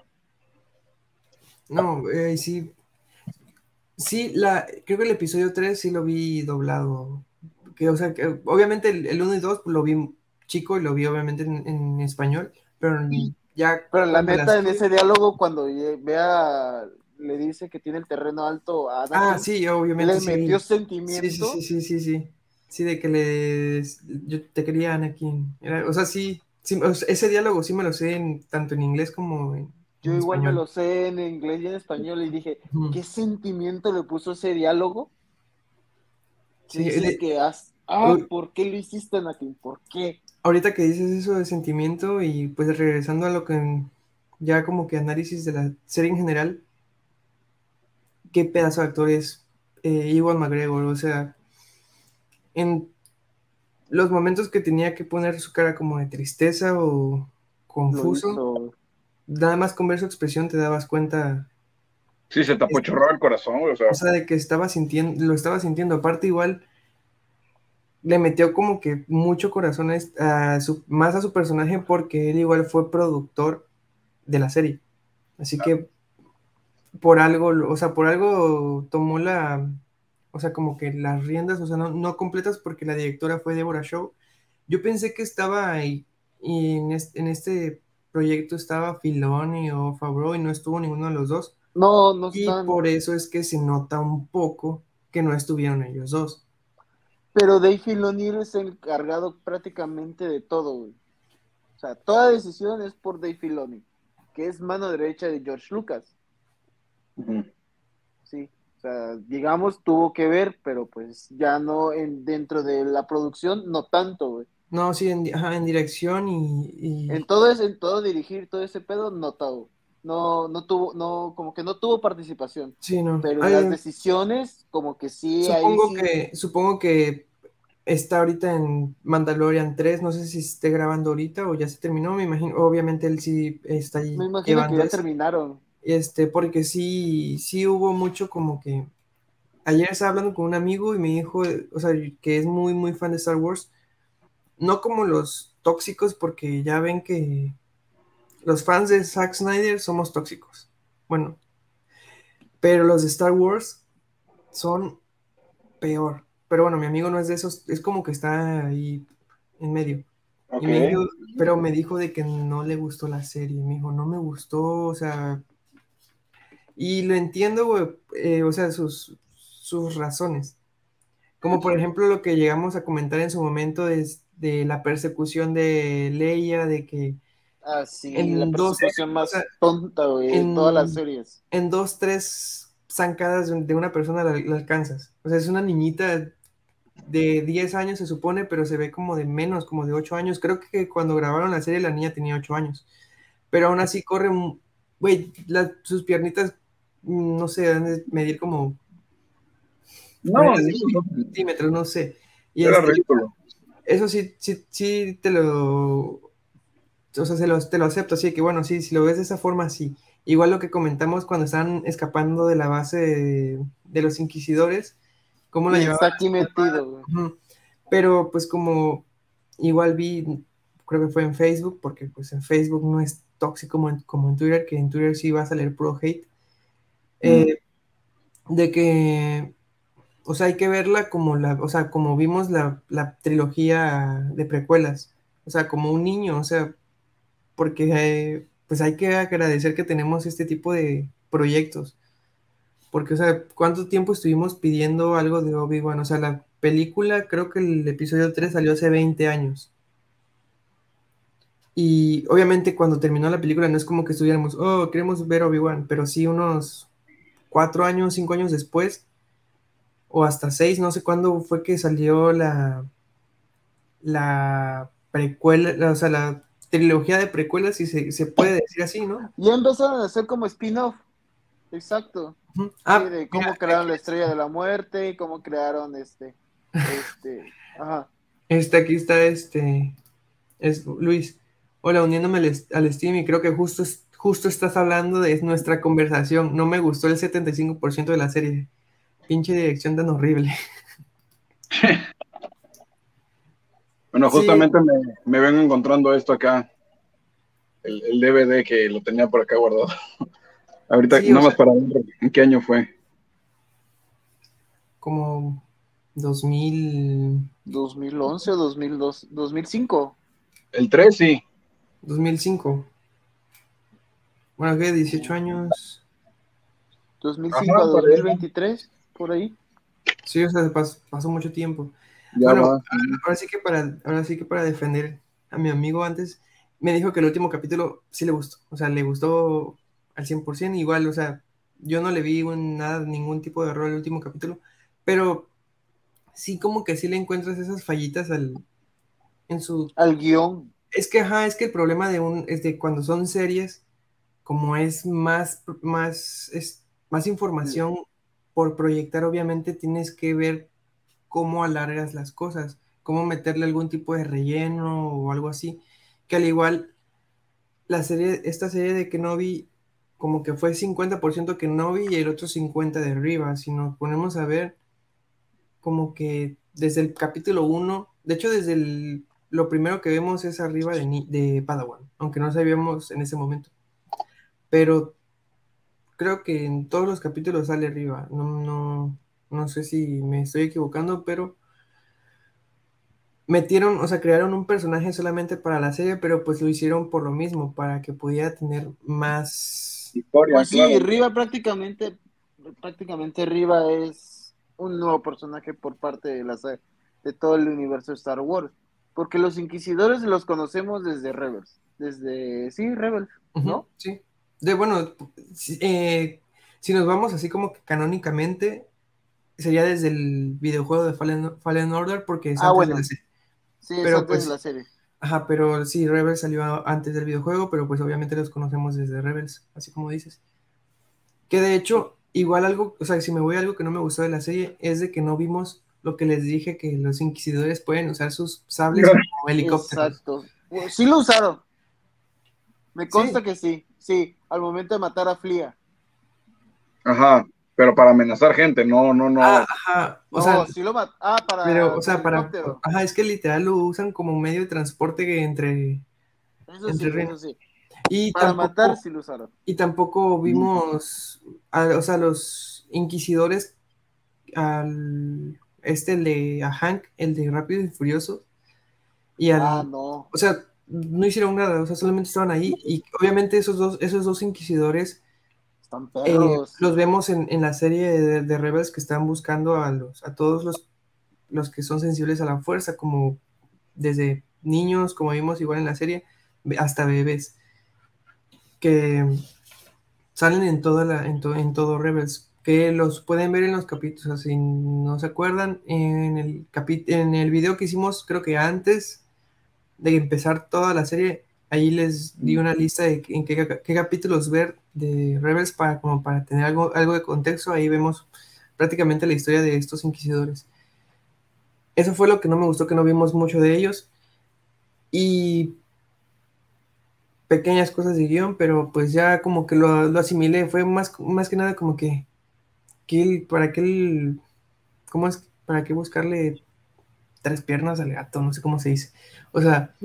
No, eh, sí, sí, la, creo que el episodio tres sí lo vi doblado. Que, o sea, que obviamente el, el uno y dos lo vi chico y lo vi obviamente en, en español, pero ya Pero la cuando las neta, en tuve. ese diálogo, cuando ye- vea, le dice que tiene el terreno alto a Ah, Anakin, sí, obviamente le metió sí. Sí, sí, sí, sentimiento. sí, sí, sí. Sí, de que le... Yo te quería, Anakin. Era- o sea, sí, sí, o sea, ese diálogo sí me lo sé en- tanto en inglés como en, Yo en igual me español. lo sé en inglés y en español y dije, Ujú. ¿qué sentimiento le puso ese diálogo? Que Sí, dice de- que, has, ah, u- ¿por qué lo hiciste, Anakin? ¿Por qué? ahorita que dices eso de sentimiento y pues regresando a lo que ya como que análisis de la serie en general, qué pedazo de actor es eh, Ewan McGregor, o sea, en los momentos que tenía que poner su cara como de tristeza o Lo confuso, hizo. nada más con ver su expresión te dabas cuenta, sí, se te es- apachurraba el corazón, güey, o sea, o sea, de que estaba sintiendo, lo estaba sintiendo. Aparte, igual le metió como que mucho corazón a, est- a su, más a su personaje porque él igual fue productor de la serie. Así que por algo, o sea, por algo tomó la, o sea, como que las riendas, o sea, no, no completas porque la directora fue Deborah Shaw. Yo pensé que estaba ahí, y en este, en este proyecto estaba Filoni o Favreau y no estuvo ninguno de los dos. No, no Y están. por eso es que se nota un poco que no estuvieron ellos dos. Pero Dave Filoni es el encargado prácticamente de todo, güey. O sea, toda decisión es por Dave Filoni, que es mano derecha de George Lucas. ujú. Sí, o sea, digamos, tuvo que ver, pero pues ya no en, dentro de la producción, no tanto, güey. No, sí, en, ajá, en dirección y, En y- todo ese, en todo dirigir, todo ese pedo, no todo. No, no tuvo, no, como que no tuvo participación. sí, no. Pero en las Ay, decisiones, como que sí, ahí supongo sí, que, supongo que está ahorita en Mandalorian tres, no sé si esté grabando ahorita o ya se terminó, me imagino, obviamente él sí está me ahí imagino que llevando ya eso, terminaron. este, porque sí, sí hubo mucho como que, ayer estaba hablando con un amigo y me dijo, eh, o sea, que es muy, muy fan de Star Wars, no como los tóxicos, porque ya ven que los fans de Zack Snyder somos tóxicos, bueno, pero los de Star Wars son peor, pero bueno, mi amigo no es de esos, es como que está ahí en medio. Y Ok. me dijo, pero me dijo de que no le gustó la serie. Me dijo, no me gustó, o sea, y lo entiendo, güey, eh, o sea, sus, sus razones. Como por ejemplo lo que llegamos a comentar en su momento de, de la persecución de Leia, de que Ah, sí, la en dos, persecución o sea, más tonta, güey, de todas las en, series. en dos, tres zancadas de, de una persona la, la alcanzas. O sea, es una niñita de diez años se supone, pero se ve como de menos, como de ocho años. Creo que cuando grabaron la serie la niña tenía ocho años. Pero aún así corre, un- güey, la- sus piernitas, mm, no sé, han de medir como No, menos de eso cinco no- centímetros, no sé. Y era este, ridículo. eso sí, sí, sí te lo, o sea, se lo, te lo acepto, así que bueno, sí, si lo ves de esa forma, sí. Igual lo que comentamos cuando están escapando de la base de, de los inquisidores, cómo la Y llevaban está así aquí de metido, güey. Ujú. Pero pues como igual vi, creo que fue en Facebook, porque pues en Facebook no es tóxico como en, como en Twitter, que en Twitter sí vas a leer puro hate, Mm, eh, de que, o sea, hay que verla como la, o sea, como vimos la, la trilogía de precuelas, o sea, como un niño, o sea, porque eh, pues hay que agradecer que tenemos este tipo de proyectos, porque, o sea, ¿cuánto tiempo estuvimos pidiendo algo de Obi-Wan? O sea, la película, creo que el episodio tres salió hace veinte años. Y obviamente cuando terminó la película no es como que estuviéramos, oh, queremos ver Obi-Wan, pero sí unos cuatro años, cinco años después, o hasta seis, no sé cuándo fue que salió la, la precuela, la- o sea, la trilogía de precuelas, si se, se puede decir así, ¿no? Ya empezaron a hacer como spin-off, exacto. Ujú. Sí, Ah, de mira, cómo crearon la Estrella de la Muerte, cómo crearon este, este, ajá. este, aquí está este, es Luis. Hola, uniéndome al, est- al Steam y creo que justo, es- justo estás hablando de nuestra conversación. No me gustó el setenta y cinco por ciento de la serie. Pinche dirección tan horrible. Bueno, Sí, justamente me, me vengo encontrando esto acá. el, el D V D que lo tenía por acá guardado. Ahorita, Sí, o nada más sea, para ver en qué año fue. como dos mil, dos mil once o dos mil dos, dos mil cinco. El tres sí. dos mil cinco. Bueno, que dieciocho años. dos mil cinco a Ajá, para allá. dos mil veintitrés, por ahí. Sí, o sea, pas- pasó mucho tiempo. Ya Bueno, va. Sí. ahora sí que para, ahora sí que para defender a mi amigo antes, me dijo que el último capítulo sí le gustó. O sea, le gustó al cien por ciento igual, o sea, yo no le vi un- nada, ningún tipo de error al último capítulo, pero sí como que sí le encuentras esas fallitas al, en su... Al guión. Es que, ajá, es que el problema de un, es de cuando son series, como es más, más, es más información por proyectar, obviamente tienes que ver cómo alargas las cosas, cómo meterle algún tipo de relleno o algo así, que al igual la serie, esta serie de Kenobi, como que fue cincuenta por ciento Kenobi y el otro cincuenta por ciento de Riva, si nos ponemos a ver, como que desde el capítulo uno, de hecho desde el, lo primero que vemos es arriba de, Ni- de Padawan, aunque no sabíamos en ese momento, pero creo que en todos los capítulos sale Riva, no, no, no sé si me estoy equivocando, pero metieron, o sea, crearon un personaje solamente para la serie, pero pues lo hicieron por lo mismo, para que pudiera tener más... Historia, Pues sí, claro. Riva prácticamente, prácticamente Riva es un nuevo personaje por parte de la sa- de todo el universo de Star Wars. Porque los Inquisidores los conocemos desde Rebels. Desde, sí, Rebels, Ujú, ¿no? sí. De bueno, si, eh, si nos vamos así como que canónicamente, sería desde el videojuego de Fallen, Fallen Order, porque es Ah, antes de la bueno, serie. sí, es Pero antes de la pues, serie. ajá, pero sí, Rebels salió antes del videojuego, pero pues obviamente los conocemos desde Rebels, así como dices. Que de hecho, igual algo, o sea, si me voy a algo que no me gustó de la serie, es de que no vimos lo que les dije, que los inquisidores pueden usar sus sables como helicópteros. Exacto. Uh, Sí lo usaron. Me Sí, consta que sí. Sí, al momento de matar a Flia. Ajá, pero para amenazar gente, no, no, ah, no. ajá, o sea, No, sí lo mató. Ah, pero, para o con sea, para, helicóptero. ajá, es que literal lo usan como medio de transporte entre, Eso entre sí, reinos. eso sí. Y Para matar tampoco, sí lo usaron. y tampoco vimos, a- o sea, los inquisidores, al, este, el de, a Hank, el de Rápido y Furioso, y Ah, al, no. o sea, no hicieron nada, o sea, solamente estaban ahí, y obviamente esos dos, esos dos inquisidores Están eh, perros. los vemos en, en la serie de, de Rebels que están buscando a los, a todos los, los que son sensibles a la fuerza, como desde niños, como vimos igual en la serie, hasta bebés, que salen en toda la, en, to- en todo Rebels, que los pueden ver en los capítulos, así no se acuerdan, en el capi- en el video que hicimos, creo que antes de empezar toda la serie, ahí les di una lista de en qué, qué capítulos ver de Rebels para, como para tener algo, algo de contexto, ahí vemos prácticamente la historia de estos inquisidores. Eso fue lo que no me gustó, que no vimos mucho de ellos. Y pequeñas cosas de guión, pero pues ya como que lo, lo asimilé. Fue más, más que nada como que, que él- para qué él, ¿cómo es? ¿Para qué buscarle tres piernas al gato? No sé cómo se dice. O sea,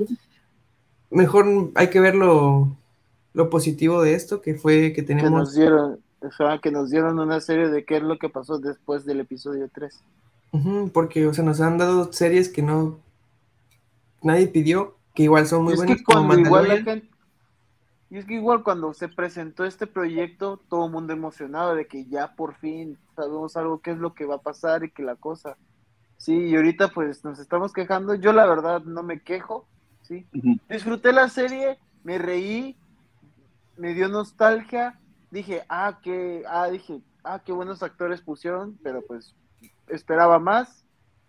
mejor hay que ver lo, lo positivo de esto, que fue que Que nos tenemos, dieron, o sea, que nos dieron una serie de qué es lo que pasó después del episodio tres. ujú, porque, o sea, nos han dado series que no, nadie pidió, que igual son muy Y es buenas, que como cuando igual la Mandalorian. gente, y es que igual cuando se presentó este proyecto, todo el mundo emocionado de que ya por fin sabemos algo, qué es lo que va a pasar y que la cosa. Sí, y ahorita pues nos estamos quejando. Yo la verdad no me quejo, sí. Ujú. Disfruté la serie, me reí, me dio nostalgia. Dije, ah, qué, ah, dije, ah, qué buenos actores pusieron, pero pues esperaba más.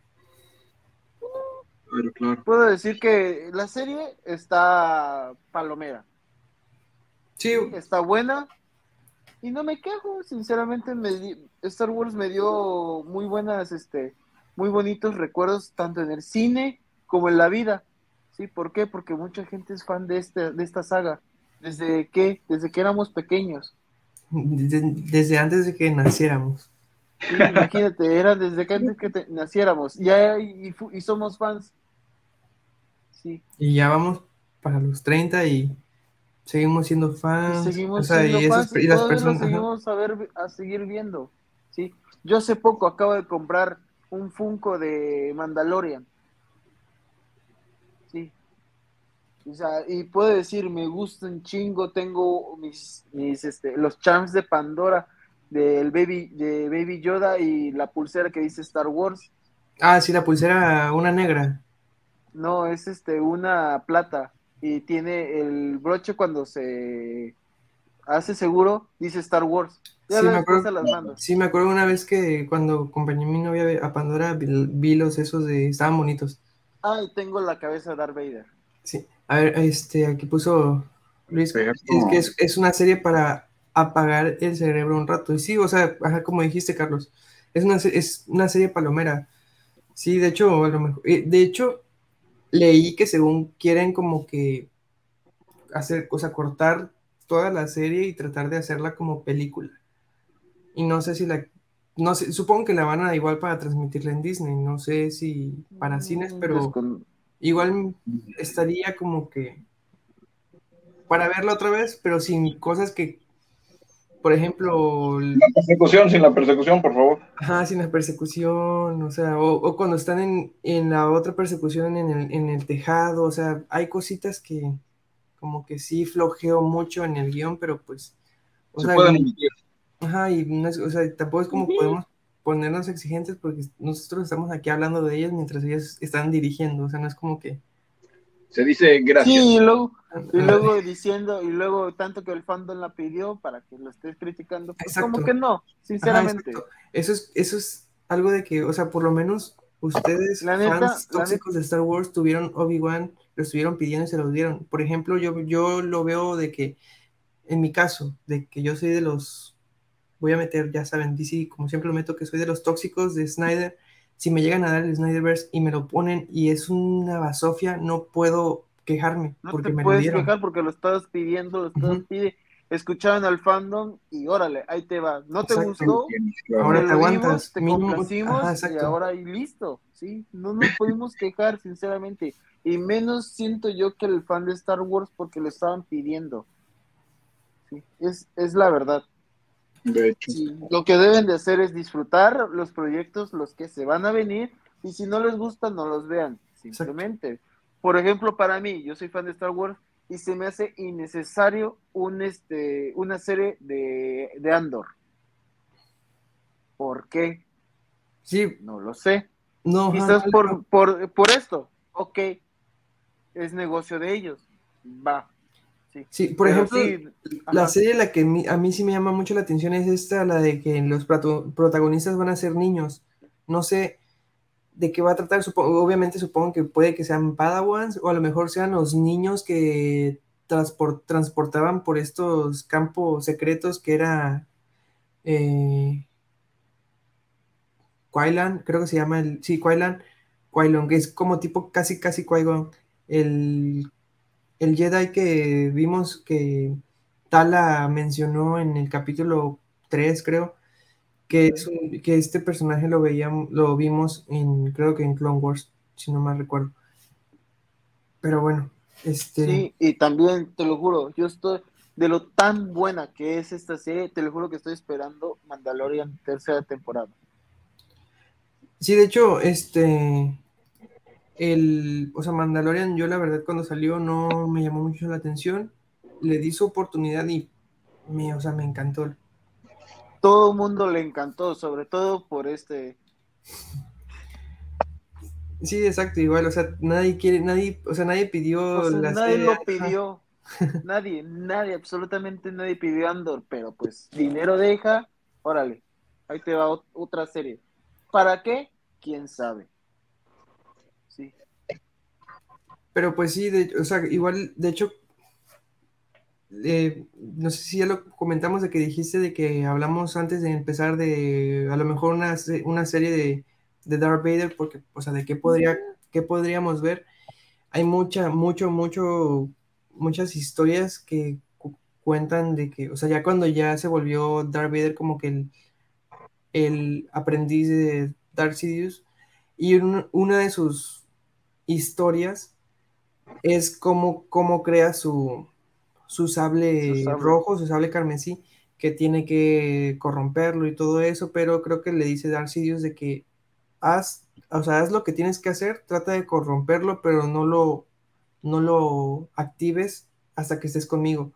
Claro, claro. Puedo decir que la serie está palomera, Sí, sí, está buena y no me quejo, sinceramente me di- Star Wars me dio muy buenas, este, muy bonitos recuerdos tanto en el cine como en la vida, ¿sí? ¿Por qué? Porque mucha gente es fan de este, de esta saga, desde que, desde que éramos pequeños, de- desde antes de que naciéramos. sí, imagínate, era desde que antes que te- naciéramos, ya y, fu- y somos fans, sí, Y ya vamos para los treinta y seguimos siendo Y fans, o seguimos sea, y siendo esas fans y y las todavía lo personas, ajá. seguimos a ver, a seguir viendo. ¿Sí? Yo hace poco acabo de comprar un Funko de Mandalorian. Sí. O sea, y puedo decir, me gusta un chingo, tengo mis, mis este, los charms de Pandora, del Baby, de Baby Yoda y la pulsera que dice Star Wars. Ah, sí, la pulsera, una negra. No, es este una plata y tiene el broche cuando se hace seguro, dice Star Wars. Ya Sí, me después acuerdo, se las mando. sí, me acuerdo una vez que cuando acompañé a mi novia a Pandora, vi, vi los esos de, estaban bonitos. Ah, y tengo la cabeza de Darth Vader. Sí, a ver, este, aquí puso Luis, es que Pero, es, es una serie para apagar el cerebro un rato. Y sí, o sea, ajá, como dijiste, Carlos, es una, se- es una serie palomera. Sí, de hecho, a lo mejor, eh, de hecho, leí que según quieren como que hacer, o sea, cortar toda la serie y tratar de hacerla como película. Y no sé si la, no sé, supongo que la van a igual para transmitirla en Disney, no sé si para cines, Mm, pero descon- igual estaría como que para verla otra vez, pero sin cosas que, por ejemplo, la persecución, sin la persecución, por favor. ajá, sin la persecución, o sea, o, o cuando están en, en la otra persecución en el, en el tejado, o sea, hay cositas que como que sí flojeo mucho en el guión, pero pues, o Se sea, pueden omitir. ajá, y no es- o sea, tampoco es como Ujú. podemos ponernos exigentes porque nosotros estamos aquí hablando de ellas mientras ellas están dirigiendo, o sea, no es como que, Se dice Sí, gracias. y luego, y ah, luego diciendo, y luego tanto que el fandom la pidió para que lo estés criticando, pues como exacto, que no, ajá, exacto. sinceramente. Eso es, eso es algo de que, o sea, por lo menos ustedes, La neta, fans la neta, tóxicos de Star Wars, tuvieron Obi-Wan, lo estuvieron pidiendo y se lo dieron. Por ejemplo, yo, yo lo veo de que, en mi caso, de que yo soy de los, voy a meter, ya saben, D C, como siempre lo meto, que soy de los tóxicos de Snyder. Si me llegan a dar el Snyderverse y me lo ponen y es una basofia, no puedo quejarme no te porque me lo puedes dieron. quejar porque lo estás pidiendo, lo estás Ujú, pide, escucharon al fandom y órale, ahí te va. ¿No te exacto. Lo gustó? tienes, Te claro. Ahora te lo dimos, aguantas. te Mínimo, ajá, complacimos y exacto. ahora y listo, ¿sí? No nos podemos quejar, sinceramente. Y menos siento yo que el fan de Star Wars porque lo estaban pidiendo, ¿sí? Es, es la verdad. De hecho. Sí, lo que deben de hacer es disfrutar los proyectos, los que se van a venir, y si no les gustan, no los vean, Exacto. simplemente. Por ejemplo, para mí, yo soy fan de Star Wars y se me hace innecesario un, este, una serie de, de Andor. ¿Por qué? Sí, No lo sé. no, ajá, no Quizás le veo. por, por, por esto, ok, es negocio de ellos, va, sí. Sí, por Pero ejemplo, sí, la ajá, serie la que mi- a mí sí me llama mucho la atención es esta, la de que los prato- protagonistas van a ser niños. No sé de qué va a tratar, supongo, obviamente supongo que puede que sean Padawans o a lo mejor sean los niños que transpor- transportaban por estos campos secretos que era eh, Qui-Gon, creo que se llama el, sí, Qui-Gon, Qui-Gon, que es como tipo casi casi Qui-Gon, el el Jedi que vimos que Tala mencionó en el capítulo tres creo, que, es ujú. un- que este personaje lo veíamos, lo vimos en, creo que en Clone Wars, si no mal recuerdo. Pero bueno, este, Sí, y también, te lo juro, yo estoy, de lo tan buena que es esta serie, te lo juro que estoy esperando Mandalorian tercera temporada. sí, de hecho, este, el, o sea, Mandalorian, yo la verdad cuando salió no me llamó mucho la atención, le di su oportunidad y me, o sea, me encantó. Todo el mundo le encantó, sobre todo por este, Sí, exacto, igual, o sea, nadie quiere, nadie, o sea, nadie o pidió sea, la nadie serie de, lo ajá, pidió, nadie, nadie, absolutamente nadie pidió Andor, pero pues dinero deja, órale, ahí te va ot- otra serie. ¿Para qué? ¿Quién sabe? Sí. pero pues sí, de, o sea, igual, de hecho, eh, no sé si ya lo comentamos de que dijiste de que hablamos antes de empezar de a lo mejor una, se- una serie de, de Darth Vader, porque, o sea, de qué podría, qué podríamos ver. Hay mucha, mucho, mucho, muchas historias que cu- cuentan de que, o sea, ya cuando ya se volvió Darth Vader como que el, el aprendiz de Darth Sidious, y un- una de sus historias es cómo, cómo crea su su Su sable sable. rojo, su sable carmesí, que tiene que corromperlo y todo eso, pero creo que le dice Darth Sidious de que haz, o sea, haz lo que tienes que hacer, trata de corromperlo, pero no lo, no lo actives hasta que estés conmigo.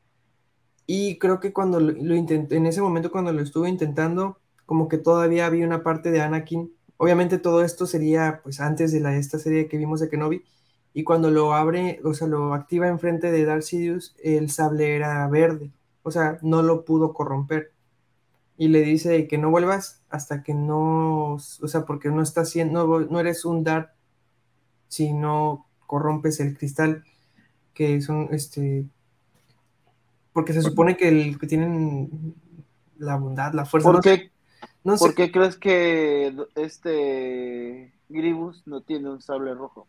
Y creo que cuando lo, lo intenté, en ese momento cuando lo estuve intentando, como que todavía había una parte de Anakin. Obviamente todo esto sería pues antes de la, esta serie que vimos de Kenobi. Y cuando lo abre, o sea, lo activa enfrente de Darth Sidious, el sable era verde. O sea, no lo pudo corromper. Y le dice que no vuelvas hasta que no, o sea, porque no estás haciendo, no, no eres un Darth si no corrompes el cristal, que son, este, porque se supone que el que tienen la bondad, la fuerza, ¿Por no sé, qué, no por sé, qué crees que este Gribus no tiene un sable rojo?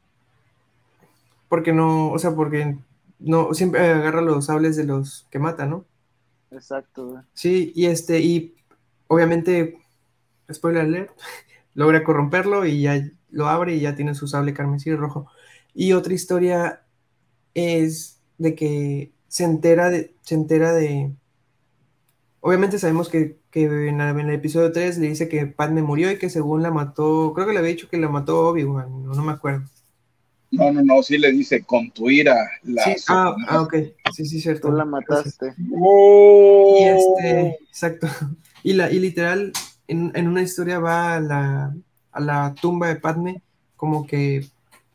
porque no, o sea, porque no, siempre agarra los sables de los que mata, ¿no? Exacto, güey. Sí, y este, y obviamente, spoiler alert, logra corromperlo y ya lo abre y ya tiene su sable carmesí rojo. Y otra historia es de que se entera de, se entera de, obviamente sabemos que, que en, la- en el episodio tres le dice que Padme murió y que según la mató, creo que le había dicho que la mató Obi-Wan, no, no me acuerdo. No, no, no, sí le dice, con tu ira la Sí, ah, ah, ok, soportaste. sí, sí, Tú cierto, la gracias. mataste. Y ¡Oh! este, exacto, y, la, y literal, en, en una historia va a la, a la tumba de Padme como que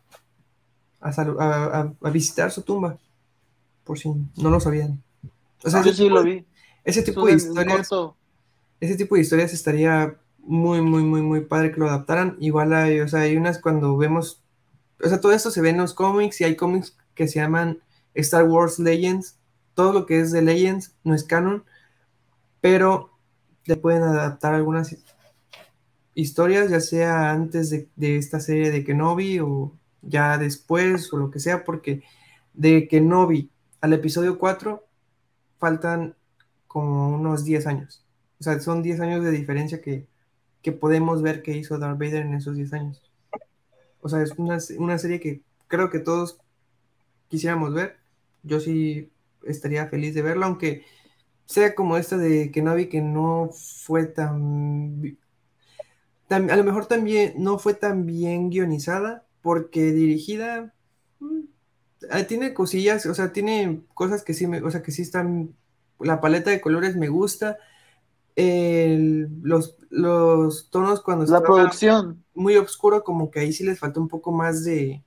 a, salu- a, a- a visitar su tumba, por si no lo sabían. O sea, ese Yo sí tipo lo de, vi. ese Es tipo de un, un historias, corto. ese tipo de historias estaría muy, muy, muy, muy padre que lo adaptaran. Igual hay, o sea, hay unas cuando vemos, o sea, todo esto se ve en los cómics y hay cómics que se llaman Star Wars Legends. Todo lo que es de Legends no es canon, pero le pueden adaptar algunas historias, ya sea antes de, de esta serie de Kenobi o ya después o lo que sea, porque de Kenobi al episodio cuatro faltan como unos diez años. O sea, son diez años de diferencia que, que podemos ver que hizo Darth Vader en esos diez años. O sea, es una, una serie que creo que todos quisiéramos ver. Yo sí estaría feliz de verla, aunque sea como esta de Kenobi que no fue tan tam- a lo mejor también no fue tan bien guionizada, porque dirigida mm, ah, tiene cosillas, o sea, tiene cosas que sí me, o sea, que sí están, la paleta de colores me gusta, el- los, los tonos cuando La estaba producción. muy oscuro, como que ahí sí les faltó un poco más de,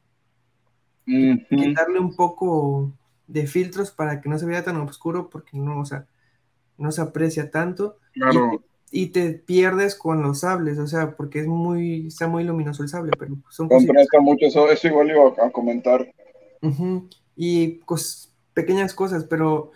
Ujú. quitarle un poco de filtros para que no se vea tan oscuro, porque no, o sea, no se aprecia tanto y te, Claro, y te pierdes con los sables, o sea, porque es muy, está muy luminoso el sable, pero son cosillas. contrasta mucho eso, eso igual iba a comentar. Ujú. Y cos- pequeñas cosas, pero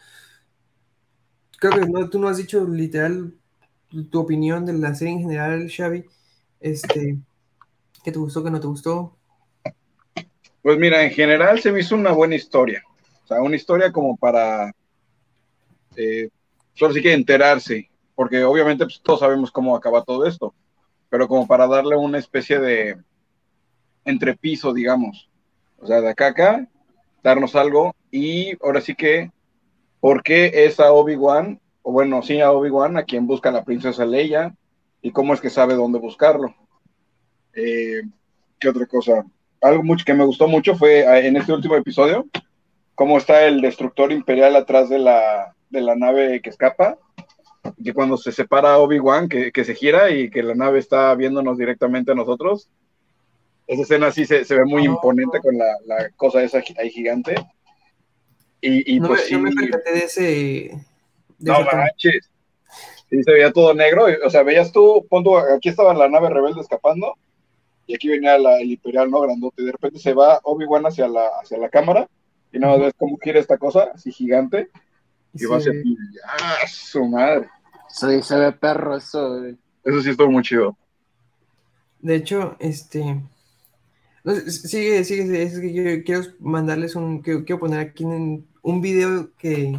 creo que no, tú no has dicho literal tu, tu opinión de la serie en general, Xavi. Este, ¿qué te gustó, qué no te gustó? Pues mira, en general se me hizo una buena historia. O sea, una historia como para, eh, solo sí que enterarse, porque obviamente pues, todos sabemos cómo acaba todo esto, pero como para darle una especie de entrepiso, digamos. O sea, de acá a acá, darnos algo y ahora sí que, ¿por qué es a Obi-Wan? O bueno, sí a Obi-Wan, a quien busca la princesa Leia y cómo es que sabe dónde buscarlo. Eh, ¿Qué otra cosa? Algo mucho que me gustó mucho fue eh, en este último episodio, cómo está el destructor imperial atrás de la, de la nave que escapa, que cuando se separa Obi-Wan, que, que, se gira y que la nave está viéndonos directamente a nosotros. Esa escena sí se, se ve muy imponente con la, la cosa esa ahí gigante. Y, y No pues me, no me sí, percaté de ese, de no esa toma. manches, sí se veía todo negro. O sea, veías tú, pon tú, aquí estaba la nave rebelde escapando y aquí venía la, el imperial, ¿no? Grandote. Y de repente se va Obi-Wan hacia la, hacia la cámara y no Ujú. ves cómo gira esta cosa, así gigante, Y y va hacia se- ti. ¡Ah, su madre! Sí, se ve perro eso, güey. Eso sí estuvo muy chido. de hecho, este, no sé, sigue, sigue, es que yo quiero mandarles un, quiero, quiero poner aquí en un video que,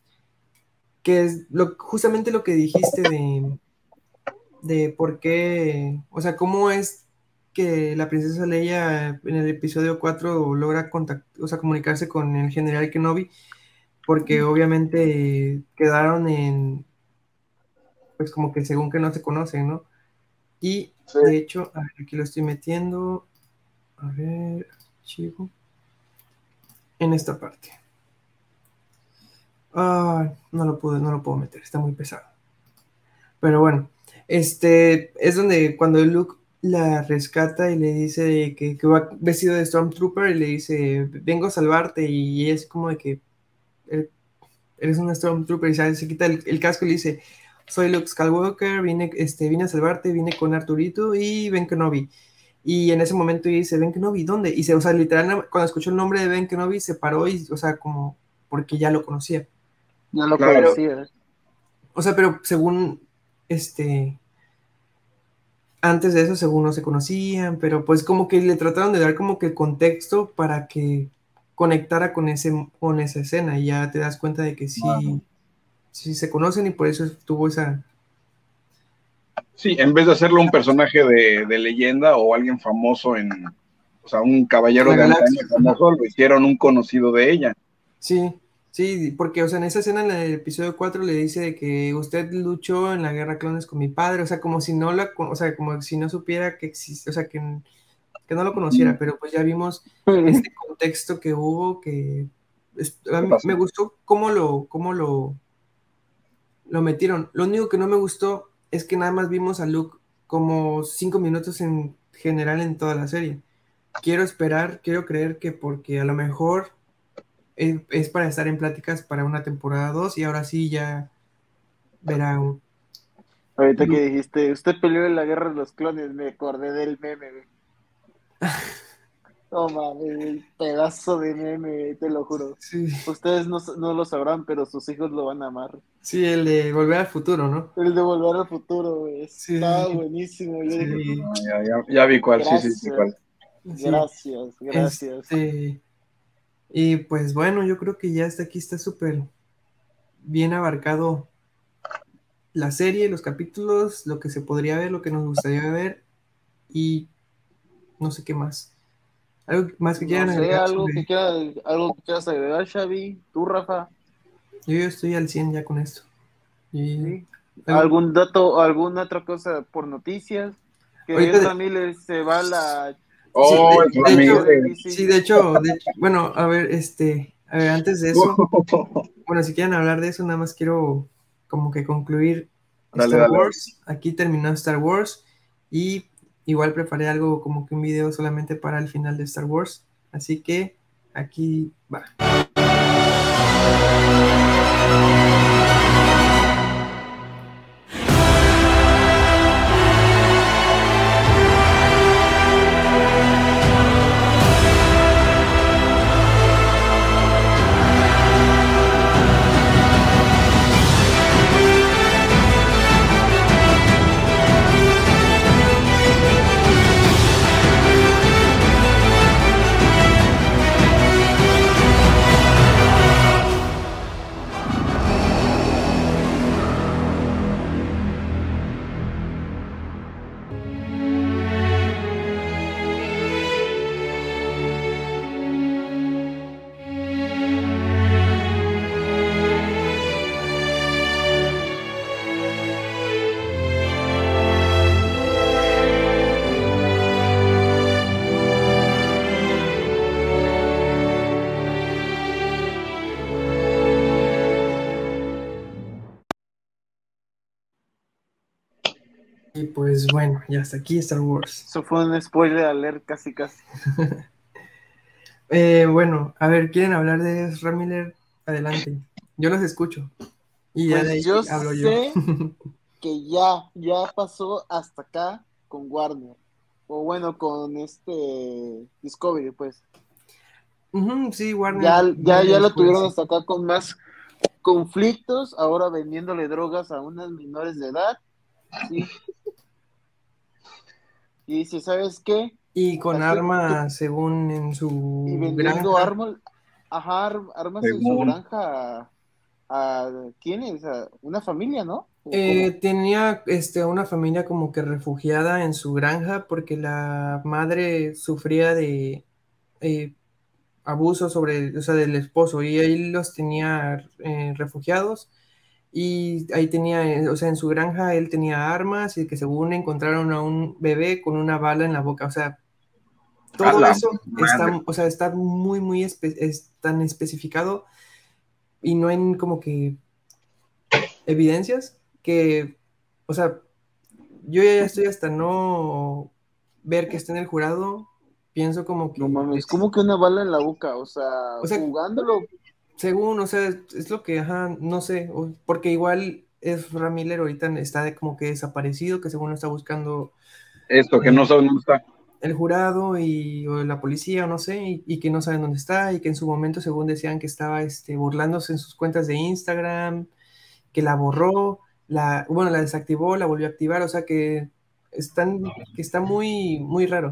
que es lo, justamente lo que dijiste de, de por qué, o sea, cómo es que la princesa Leia en el episodio cuatro logra contact, o sea, comunicarse con el general Kenobi, porque obviamente quedaron en, pues como que según que no se conocen, ¿no? Y Sí. de hecho, a ver, aquí lo estoy metiendo, a ver, archivo, en esta parte. Ah, no lo puedo, no lo puedo meter, está muy pesado. Pero bueno, este es donde cuando Luke la rescata y le dice que, que va vestido de Stormtrooper y le dice, vengo a salvarte, y ella es como de que "Er- eres un Stormtrooper", y ¿sabes? Se quita el, el casco y le dice, soy Luke Skywalker, vine, este, vine a salvarte, vine con Arturito y Ben Kenobi. Y en ese momento ella dice, Ben Kenobi, ¿dónde? Y se, o sea, literal, cuando escuchó el nombre de Ben Kenobi se paró y, o sea, como, porque ya lo conocía. Ya lo Claro. conocía. O sea, pero según, este, antes de eso, según no se conocían, pero pues como que le trataron de dar como que el contexto para que conectara con ese, con esa escena, y ya te das cuenta de que sí, sí se conocen, y por eso tuvo esa... Sí, en vez de hacerlo un personaje de, de leyenda o alguien famoso en, o sea, un en caballero la de antaño galaxia. Ajá. famoso, lo hicieron un conocido de ella. Sí, sí, porque, o sea, en esa escena, en el episodio cuatro le dice de que usted luchó en la guerra de clones con mi padre, o sea, como si no la, con- o sea, como si no supiera que existe, o sea, que, que no lo conociera, pero pues ya vimos este contexto que hubo, que es- a ¿Qué mí pasó? me gustó cómo lo, cómo lo, lo metieron. Lo único que no me gustó es que nada más vimos a Luke como cinco minutos en general en toda la serie. Quiero esperar, quiero creer que porque a lo mejor es, es para estar en pláticas para una temporada dos, y ahora sí ya verá un Ahorita que Luke. dijiste, usted peleó en la guerra de los clones, me acordé del meme, güey. No mames, güey, pedazo de meme, güey, te lo juro. Sí, Ustedes no, no lo sabrán, pero sus hijos lo van a amar. sí, el de Volver al Futuro, ¿no? El de Volver al Futuro, güey, Sí, está buenísimo. Yo dije, sí, Ah, ya, ya, ya vi cuál, sí, sí, sí, gracias, cuál. sí. gracias, gracias. Este, y pues bueno, yo creo que ya hasta aquí está súper bien abarcado la serie, los capítulos, lo que se podría ver, lo que nos gustaría ver, y no sé qué más. ¿Algo más que No quieran sé, agregar algo que sobre? quiera, algo que quieras agregar, Xavi, tú, Rafa, Yo ya estoy al cien ya con esto. Y ¿sí? algo... ¿Algún dato, alguna otra cosa por noticias? Que Ahorita, es de, Ramírez se va a la sí, Oh, de, el de hecho, franquicia de Ramírez. D C. sí, de hecho, de hecho, bueno, a ver, este, a ver, antes de eso, bueno, si quieren hablar de eso, nada más quiero como que concluir Dale, Star dale. Wars. Aquí terminó Star Wars, y igual preparé algo como que un video solamente para el final de Star Wars. Así que aquí va. Y pues bueno, ya hasta aquí Star Wars. Eso fue un spoiler alert casi casi. Eh, bueno, a ver, ¿quieren hablar de Ezra Miller? Adelante. Yo los escucho. Y ya de Pues ahí yo hablo yo. sé que ya, ya pasó hasta acá con Warner. O bueno, con este Discovery, pues. Ujú, sí, Ya, Warner ya, viene ya lo después, tuvieron sí. hasta acá con más conflictos, ahora vendiéndole drogas a unas menores de edad, ¿sí? Y dice, ¿sabes qué? Y con Aquí tú, armas, según en y su vendiendo granja. armas, ajá, ar- armas en su Según. granja a, a ¿quiénes? A una familia, ¿no? ¿O Eh, cómo? tenía este, una familia como que refugiada en su granja porque la madre sufría de, eh, abuso sobre, o sea, del esposo, y ahí los tenía eh, refugiados, y ahí tenía, eh, o sea, en su granja él tenía armas, y que según encontraron a un bebé con una bala en la boca, o sea, A todo la eso madre. está, o sea, está muy, muy espe- es tan especificado, y no hay como que evidencias que, o sea, yo ya estoy hasta no ver que esté en el jurado, pienso como No que, mames, es- como que una bala en la boca, o sea, o sea, jugándolo. según, o sea, es lo que, ajá, no sé, o- porque igual Ezra Miller ahorita está de como que desaparecido, que según lo está buscando Esto, que no eh, saben dónde está. el jurado y o la policía, o no sé, y, y que no saben dónde está, y que en su momento, según decían, que estaba este, burlándose en sus cuentas de Instagram, que la borró, la, bueno, la desactivó, la volvió a activar, o sea que están, que está muy, muy raro.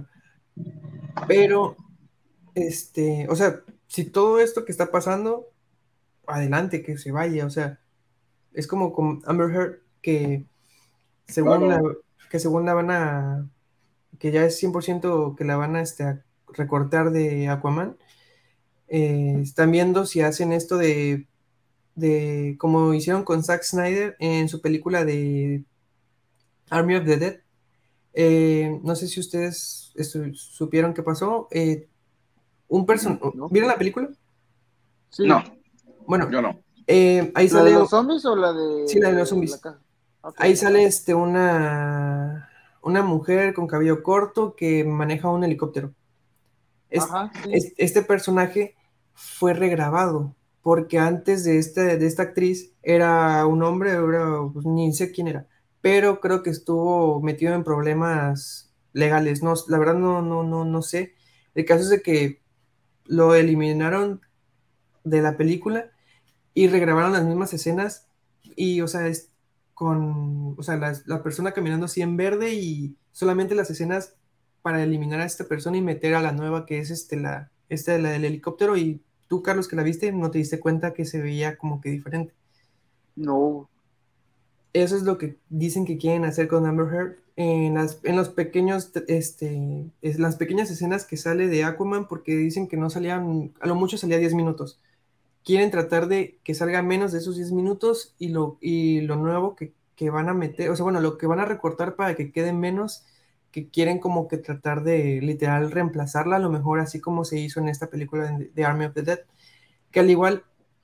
Pero, este, o sea, si todo esto que está pasando, adelante, que se vaya, o sea, es como con Amber Heard, que según la, Claro. que según la van a, que ya es cien por ciento que la van a, este, a recortar de Aquaman. Eh, están viendo si hacen esto de, de, como hicieron con Zack Snyder en su película de Army of the Dead. Eh, no sé si ustedes estu- supieron qué pasó. Eh, un person ¿No? ¿Vieron la película? No, Sí. Bueno, yo no. eh, ahí ¿La de sale, los zombies o la sí, la de los de la zombies. caja? Ok, Ahí sale ajá. este, una, una mujer con cabello corto que maneja un helicóptero. Es- Ajá, sí. es- este personaje fue regrabado porque antes de, este, de esta actriz era un hombre, era, pues, ni sé quién era, pero creo que estuvo metido en problemas legales. No, la verdad no, no, no, no sé. El caso es de que lo eliminaron de la película y regrabaron las mismas escenas, y, o sea, es con, o sea, la, la persona caminando así en verde, y solamente las escenas para eliminar a esta persona y meter a la nueva, que es este, la, esta, la del helicóptero. Y tú, Carlos, que la viste, no te diste cuenta que se veía como que diferente. No. Eso es lo que dicen que quieren hacer con Amber Heard en las, en los pequeños, este, es, las pequeñas escenas que sale de Aquaman, porque dicen que no salían, a lo mucho salía diez minutos. Quieren tratar de que salga menos de esos diez minutos, y lo, y lo nuevo que, que van a meter, o sea, bueno, lo que van a recortar para que quede menos, que quieren como que tratar de literal reemplazarla, a lo mejor así como se hizo en esta película de, de Army of the Dead, que al igual,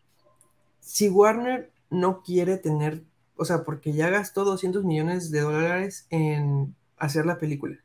si Warner no quiere tener, o sea, porque ya gastó doscientos millones de dólares en hacer la película,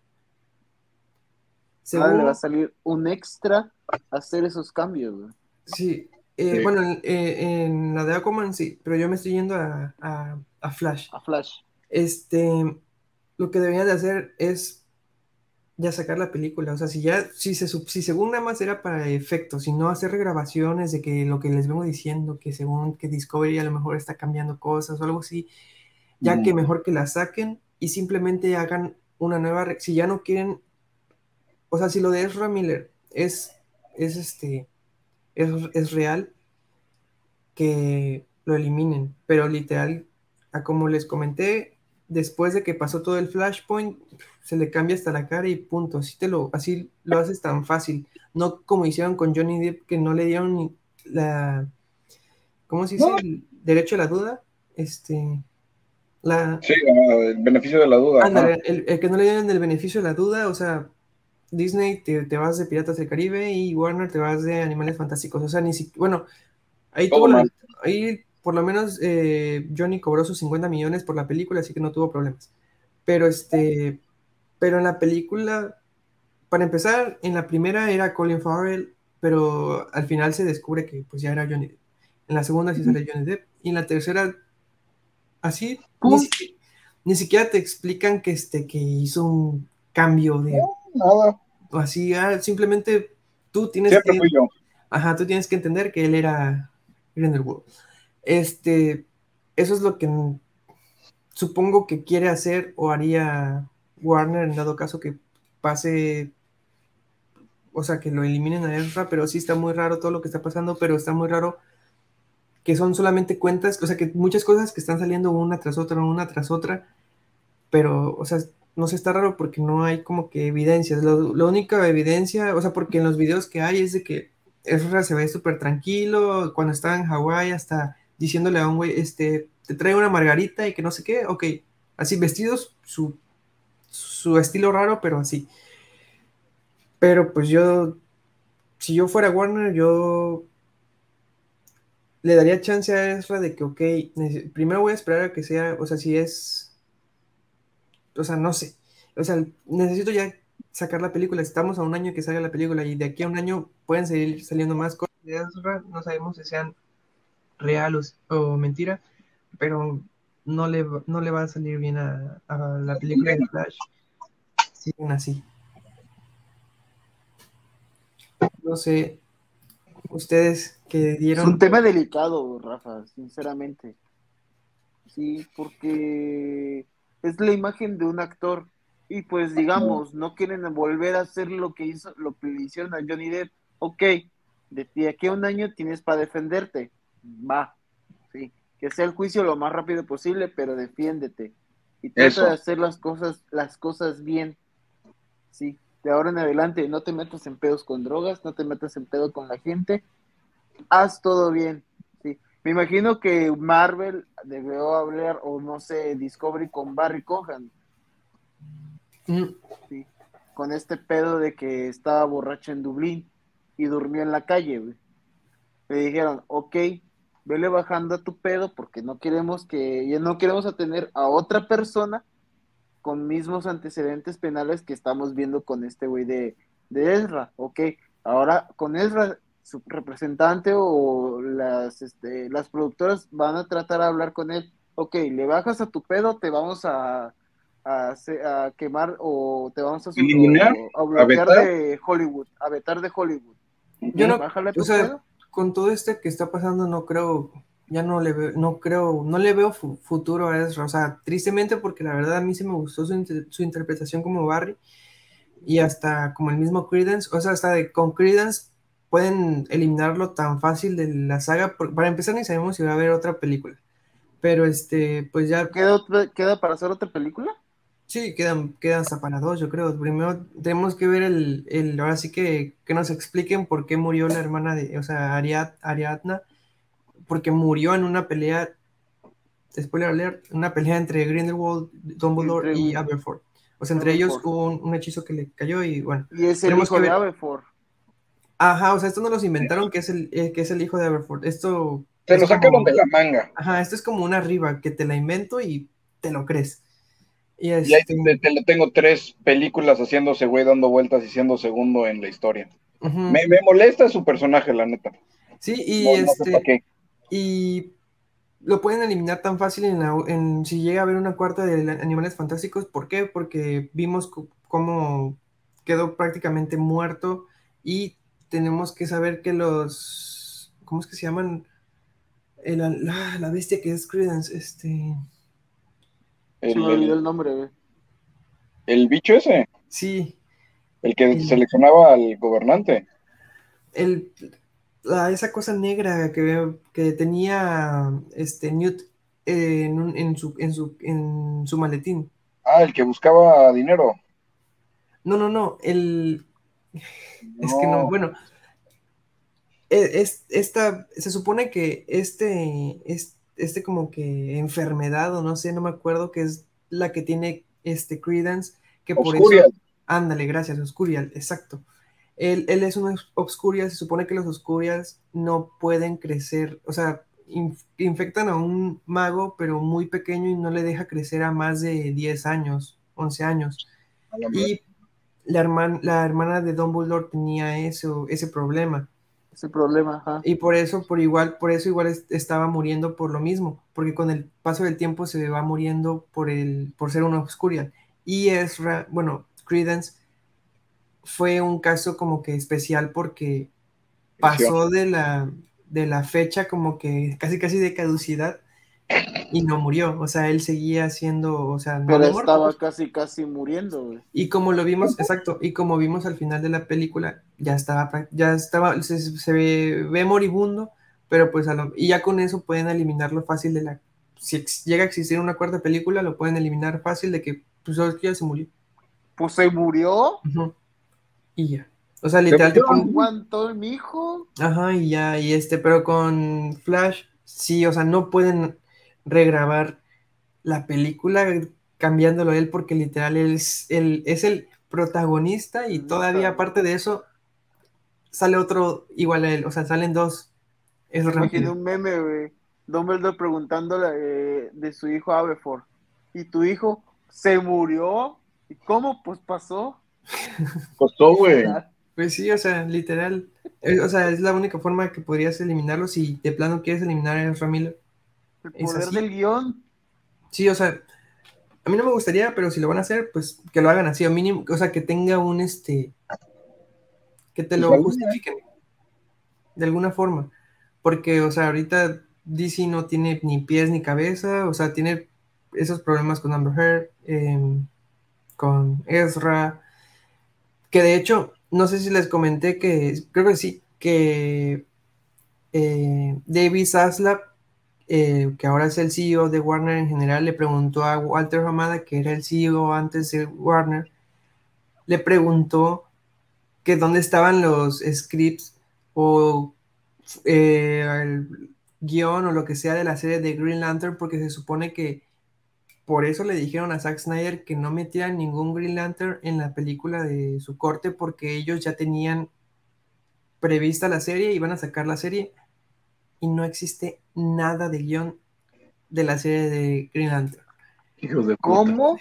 Ahora le va a según, salir un extra hacer esos cambios, güey. sí, eh, Sí. bueno, en, eh, en la de Aquaman sí, pero yo me estoy yendo a, a, a Flash. A Flash. Este, lo que deberían de hacer es ya sacar la película. O sea, si ya, si se, sup- si según nada más era para efectos, y no hacer regrabaciones de que lo que les vengo diciendo, que según que Discovery a lo mejor está cambiando cosas o algo así, ya que Ujú. mejor que la saquen y simplemente hagan una nueva, re- si ya no quieren, o sea, si lo de Ezra Miller es, es este, es, es real, que lo eliminen, pero literal, a como les comenté, después de que pasó todo el Flashpoint, se le cambia hasta la cara y punto, así te lo, así lo haces tan fácil, no como hicieron con Johnny Depp, que no le dieron ni la, ¿cómo se dice? No, El derecho a la duda, este, la, sí, ah, el beneficio de la duda, ajá. ándale, el, el que no le dieron el beneficio de la duda, o sea, Disney te, te vas de Piratas del Caribe y Warner te vas de Animales Fantásticos, o sea, ni siquiera, bueno, ahí tuvo Todo la, mal. ahí por lo menos eh, Johnny cobró sus cincuenta millones por la película, así que no tuvo problemas. Pero este, pero en la película, para empezar, en la primera era Colin Farrell, pero al final se descubre que pues ya era Johnny Depp. En la segunda sí Ujú. sale Johnny Depp, y en la tercera así ni, ¡Pum! siqui- ni siquiera te explican que este que hizo un cambio de, Nada. o así, ah, simplemente tú tienes Siempre fui que, yo. ajá, tú tienes que entender que él era Grindelwald. Este, eso es lo que n- supongo que quiere hacer o haría Warner en dado caso que pase, o sea, que lo eliminen a Ezra, pero sí está muy raro todo lo que está pasando, pero está muy raro que son solamente cuentas, o sea, que muchas cosas que están saliendo una tras otra, una tras otra, pero, o sea, no sé, está raro porque no hay como que evidencias. Lo, la única evidencia, o sea, porque en los videos que hay es de que Ezra se ve súper tranquilo, cuando estaba en Hawái hasta diciéndole a un güey, este, te trae una margarita y que no sé qué, ok, así vestidos, su, su estilo raro, pero así. Pero pues yo, si yo fuera Warner, yo le daría chance a Ezra de que, ok, nece- primero voy a esperar a que sea, o sea, si es, o sea, no sé, o sea, necesito ya sacar la película, estamos a un año que salga la película y de aquí a un año pueden seguir saliendo más cosas de Ezra, no sabemos si sean real o, o mentira, pero no le, va- no le va a salir bien a, a la película de Flash, siguen así. No sé, ustedes que Es un dieron, tema delicado, Rafa, sinceramente. Sí, porque es la imagen de un actor y pues digamos, no quieren volver a hacer lo que hizo, lo que le hicieron a Johnny Depp. Ok, de, de aquí a un año tienes para defenderte. Va, sí, que sea el juicio lo más rápido posible, pero defiéndete y trata de Eso, hacer las cosas, las cosas bien. Sí, de ahora en adelante no te metas en pedos con drogas, no te metas en pedo con la gente, haz todo bien. Sí. Me imagino que Marvel debió hablar, o no sé, Discovery con Barry Cohan, mm, sí, con este pedo de que estaba borracho en Dublín y durmió en la calle, güey. Le dijeron, ok, vele bajando a tu pedo porque no queremos que, ya no queremos a tener a otra persona con mismos antecedentes penales que estamos viendo con este güey de, de Ezra. Ok, ahora con Ezra, su representante o las, este, las productoras van a tratar de hablar con él. Ok, le bajas a tu pedo, te vamos a, a, a quemar o te vamos a, eliminar, o, a a bloquear vetar. de Hollywood, a vetar de Hollywood. yo Ujú. no, Bájale a o tu sea, pedo. con todo esto que está pasando, no creo, ya no le veo, no creo, no le veo fu- futuro a Ezra, o sea, tristemente porque la verdad a mí sí me gustó su, inter- su interpretación como Barry y hasta como el mismo Credence, o sea, hasta de, con Credence pueden eliminarlo tan fácil de la saga, por- para empezar ni sabemos si va a haber otra película, pero este, pues ya, ¿Queda, otra- queda para hacer otra película? sí, quedan, quedan hasta para dos, yo creo. Primero tenemos que ver el, el ahora sí que, que nos expliquen por qué murió la hermana de, o sea, Ariad- Ariadna, porque murió en una pelea, spoiler alert, una pelea entre Grindelwald, Dumbledore Entre, y Aberforth. O sea, entre ellos Aberforth. hubo un, un hechizo que le cayó y bueno, Y es el tenemos que hijo de ver. Aberforth. Ajá, o sea, esto no los inventaron que es el, eh, que es el hijo de Aberforth. Esto Se es lo sacaron de como, la manga. ajá, esto es como una riba que te la invento y te lo crees. Y Y ahí este, te, te lo tengo tres películas haciéndose güey, dando vueltas y siendo segundo en la historia. ujú. Me, me molesta su personaje, la neta. Sí, y No, no sé para este, qué. y lo pueden eliminar tan fácil en, la- en- si llega a haber una cuarta de la- Animales Fantásticos. ¿Por qué? Porque vimos co- cómo quedó prácticamente muerto y tenemos que saber que los, ¿cómo es que se llaman? El- la, la bestia que es Credence, este, Se me El, olvidó el, el nombre, güey. el bicho ese, sí, el que el, seleccionaba al gobernante. el- la- esa cosa negra que, que tenía este Newt eh, en, un- en su, en su, en su maletín. Ah, el que buscaba dinero. No, no, no, el, es que no, No, bueno, e- es, esta, se supone que este, es, este como que enfermedad o no sé, no me acuerdo, que es la que tiene este Credence, que por eso, Obscurial. ándale, gracias, Oscurial, exacto. Él, él es un Obscurial, se supone que los Obscurials no pueden crecer, o sea, inf- infectan a un mago, pero muy pequeño y no le deja crecer a más de diez años, once años. A la madre. Y la, herman- la hermana de Dumbledore tenía eso, ese problema. Ese problema, ajá. Y por eso, por igual, por eso igual es- estaba muriendo por lo mismo, porque con el paso del tiempo se va muriendo por el, por ser una Obscurial. Y Ezra, bueno, Credence fue un caso como que especial porque Creció. pasó de la, de la fecha como que casi casi de caducidad y no murió. O sea, él seguía siendo, o sea, no Pero había muerto, estaba pues. casi, casi muriendo, güey. Y como lo vimos, exacto, y como vimos al final de la película, ya estaba, prac- ya estaba, se, se ve, ve moribundo, pero pues a lo, y ya con eso pueden eliminarlo fácil de la, si ex- llega a existir una cuarta película, lo pueden eliminar fácil de que, pues, sabes que ya se murió. Pues se murió. Ujú. Y ya. O sea, ¿Te literal te No pusieron? ponen, aguantó mi hijo. ajá, y ya, y este, pero con Flash, sí, o sea, no pueden regrabar la película cambiándolo a él porque literal él es el, es el protagonista y todavía aparte de eso sale otro igual a él, o sea, salen dos, es Me imaginé rápido. un meme, güey. Dumbledore preguntándole eh, de su hijo Aberforth. ¿Y tu hijo se murió? ¿Y cómo? Pues pasó. Costó, güey. Literal. Pues sí, o sea, literal, eh, o sea, es la única forma que podrías eliminarlo si de plano quieres eliminar a Ezra Miller. El Es poder así. del guión. Sí, o sea, a mí no me gustaría, pero si lo van a hacer, pues que lo hagan así, o mínimo, o sea, que tenga un, este, que te Pues lo salía. justifiquen de alguna forma. Porque, o sea, ahorita D C no tiene ni pies ni cabeza, o sea, tiene esos problemas con Amber Heard, em, con Ezra, que de hecho, no sé si les comenté que, creo que sí, que eh, David Zaslav, eh, que ahora es el C E O de Warner en general, le preguntó a Walter Hamada, que era el C E O antes de Warner, le preguntó que dónde estaban los scripts o eh, el guión o lo que sea de la serie de Green Lantern, porque se supone que por eso le dijeron a Zack Snyder que no metieran ningún Green Lantern en la película de su corte, porque ellos ya tenían prevista la serie, iban a sacar la serie y no existe nada de guión de la serie de Green Lantern. Hijos de puta. ¿Cómo?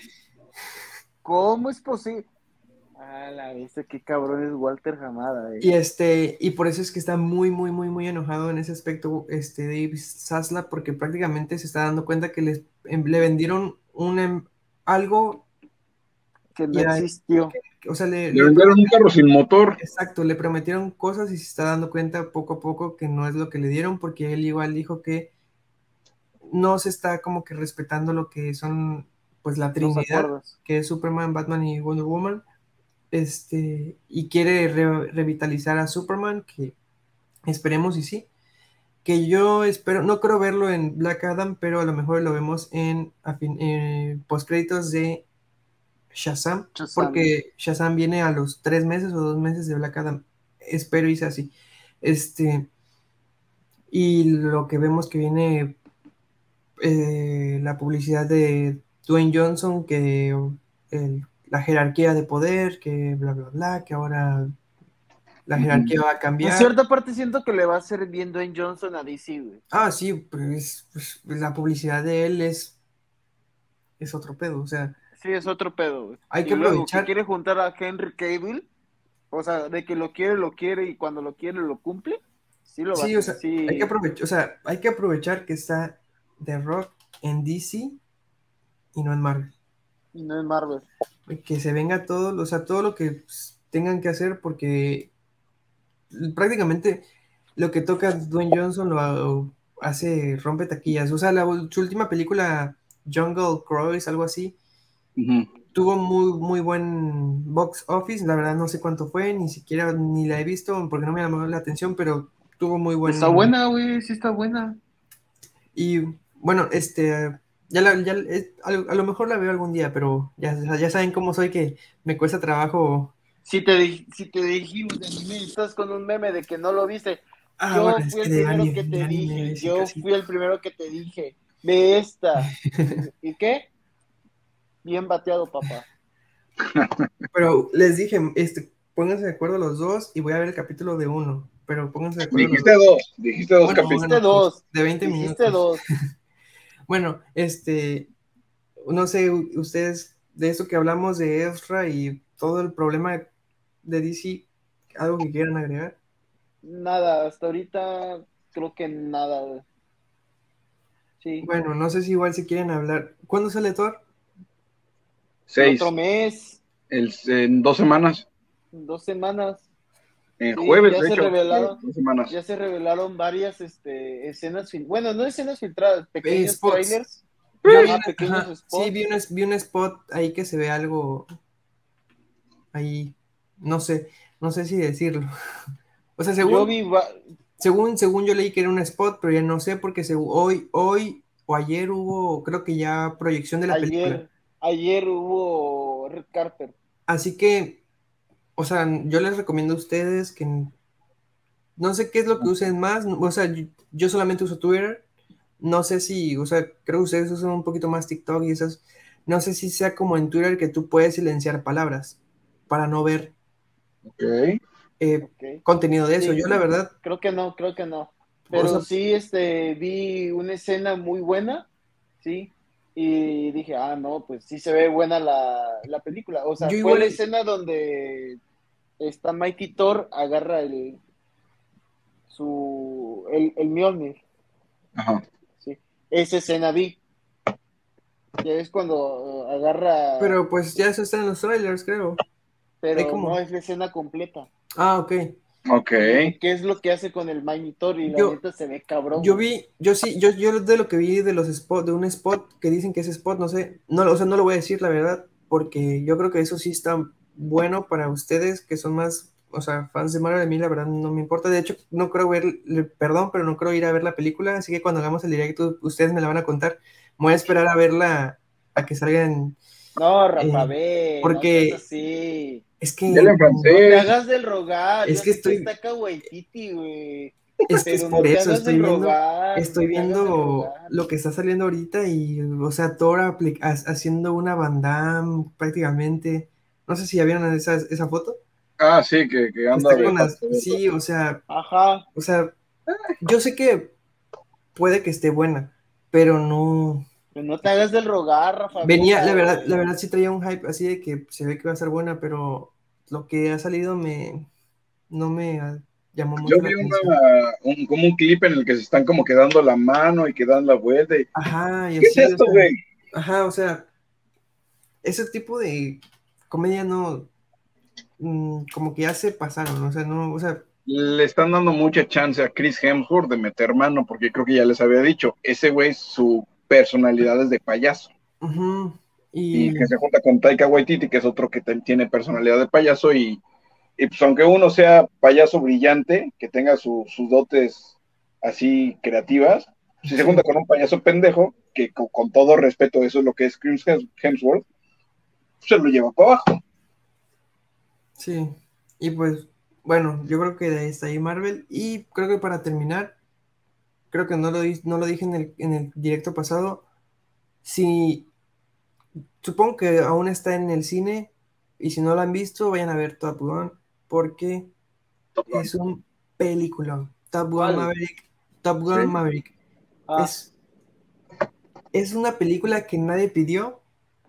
¿Cómo es posible? Ah, la vez, qué cabrón es Walter Hamada, eh. Y este, y por eso es que está muy, muy, muy, muy enojado en ese aspecto, este Dave Zaslav, porque prácticamente se está dando cuenta que les, em, le vendieron un em- algo Que no y a- existió. o sea, le, Le le vendieron un carro sin motor. exacto, le prometieron cosas y se está dando cuenta poco a poco que no es lo que le dieron, porque él igual dijo que no se está como que respetando lo que son, pues, la Los Trinidad, acuerdos. que es Superman, Batman y Wonder Woman, este, y quiere re- revitalizar a Superman, que esperemos y sí, que yo espero, no creo verlo en Black Adam, pero a lo mejor lo vemos en, a fin- eh, postcréditos de Shazam, Shazam. porque Shazam viene a los tres meses o dos meses de Black Adam. Espero y sea así. Este, y lo que vemos que viene eh, la publicidad de Dwayne Johnson, que el- la jerarquía de poder, que bla, bla, bla, que ahora la Ujú. jerarquía va a En cambiar. cierta parte siento que le va a hacer bien Dwayne Johnson a D C, güey. Ah, sí, pues, pues, la publicidad de él es, es otro pedo. O sea, Sí, es otro pedo, güey. hay Y que luego que aprovechar. quiere juntar a Henry Cavill, o sea, de que lo quiere, lo quiere y cuando lo quiere lo cumple, sí lo va a Sí, o hacer, sea, hay que sí, aprovechar, o sea, hay que aprovechar que está The Rock en D C y no en Marvel. y no es Marvel. Que se venga todo, o sea, todo lo que pues, tengan que hacer, porque prácticamente lo que toca Dwayne Johnson lo hace, rompe taquillas. O sea, la, su última película, Jungle Cruise, algo así, Ujú. tuvo muy, muy buen box office. La verdad no sé cuánto fue, ni siquiera ni la he visto porque no me llamó la atención, pero tuvo muy Está buen. buena, güey, sí está buena. Y bueno, este, ya, la- ya es- a, lo a lo mejor la veo algún día, pero ya, ya saben cómo soy que me cuesta trabajo. Si te, di- si te dijimos de anime, estás con un meme de que no lo viste. Ah, bueno, Yo es fui que el de primero anime, que de te anime, dije, sí, yo casi. fui el primero que te dije, ve esta. ¿Y, y qué? Bien bateado, papá. Pero les dije, este, pónganse de acuerdo los dos y voy a ver el capítulo de uno, pero pónganse de acuerdo los Dijiste dos. dos, dijiste dos Bueno, Dijiste bueno, capítulos. dos, dos, de veinte dijiste minutos. dos. Bueno, este, no sé, u- ustedes, de eso que hablamos de Ezra y todo el problema de D C, algo que quieran agregar. Nada, hasta ahorita creo que nada, güey. Sí, Bueno, no sé si igual se quieren hablar. ¿Cuándo sale Thor? el otro Seis. mes, El, en dos semanas. dos semanas. En Sí, jueves, ya de se hecho. Pero revelaron, dos semanas. ya se revelaron varias este, escenas, fil- bueno, no escenas filtradas, Eh, pequeños spots. trailers, Yo vi, ajá, una- pequeños ajá, sí, vi spots. un, vi un spot ahí que se ve algo ahí, no sé, no sé si decirlo. O sea, Yo según vi, va- Según, según yo leí que era un spot, pero ya no sé porque según hoy, hoy o ayer hubo, creo que ya proyección de la película. ayer, ayer hubo Red Carpet. Así que o sea, yo les recomiendo a ustedes que no sé qué es lo que usen más, o sea, yo, yo solamente uso Twitter, no sé si, o sea, creo que ustedes usan un poquito más TikTok y esas, no sé si sea como en Twitter que tú puedes silenciar palabras para no ver Ok. eh, Ok. contenido de eso. Sí, Yo la verdad, creo que no, creo que no. o Pero sea, sí, este, vi una escena muy buena, sí, y dije, ah, no, pues sí se ve buena la, la película. O sea, yo fue igual, la escena donde esta Mighty Thor agarra el, su, el, el Mjolnir, Ajá. sí. Esa escena vi, que es cuando agarra, pero pues ya eso está en los trailers, creo. Hay pero no como, es la escena completa. ah, ok. Ok. De qué es lo que hace con el Mighty Thor y la Yo, neta se ve cabrón, yo güey. vi, yo sí, yo, yo de lo que vi de los spots, de un spot que dicen que es spot, no sé, no, lo- o sea, no lo voy a decir la verdad, porque yo creo que eso sí está bueno para ustedes que son más, o sea, fans de Marvel, a mí la verdad no me importa. De hecho, no creo ver, le- perdón, pero no creo ir a ver la película, así que cuando hagamos el directo, ustedes me la van a contar. Me voy a esperar a verla, a que salgan, No, Rafa, eh, ve, no seas porque así. es Dale que, en No te francés. hagas del rogar. es Yo que sé que estoy, está Kawaititi, güey. es que es Pero por no te eso, hagas estoy del viendo, rogar. estoy No te hagas del viendo rogar. lo que está saliendo ahorita y, o sea, Thor apli- ha- haciendo una Van Damme prácticamente. No sé si ya vieron esa, esa foto, Ah, sí, que, que que anda está de con las, pasoso. sí, o sea, Ajá. o sea, yo sé que puede que esté buena, pero no. Pues no te hagas del rogar, Rafa. Venía, la Vela, verdad, la güey. verdad sí traía un hype así de que se ve que va a estar buena, pero lo que ha salido me, no me ah, llamó Yo mucho la vi atención. una, un, como un clip en el que se están como que dando la mano y que dan la vuelta. y, Ajá, y ¿Qué es así, o esto, sea, güey? ajá, o sea. Ese tipo de comedia no, mm, como que ya se pasaron, o sea, no, o sea, Le están dando mucha chance a Chris Hemsworth de meter mano, porque creo que ya les había dicho, ese güey, su personalidad es de payaso. ujú, Y que y se junta con Taika Waititi, que es otro que tiene personalidad de payaso, y, y pues aunque uno sea payaso brillante, que tenga su, sus dotes así creativas, si se junta sí, con un payaso pendejo, que con, con todo respeto, eso es lo que es Chris Hemsworth, se lo lleva para abajo. sí, y pues, bueno, yo creo que de ahí está ahí Marvel, y creo que para terminar, creo que no lo, di- no lo dije en el, en el directo pasado, si, supongo que aún está en el cine, y si no lo han visto, vayan a ver Top Gun, porque es un peliculón, Top Gun ¿Cuál? Maverick, Top Sí. Gun Maverick, Ah, es, es una película que nadie pidió,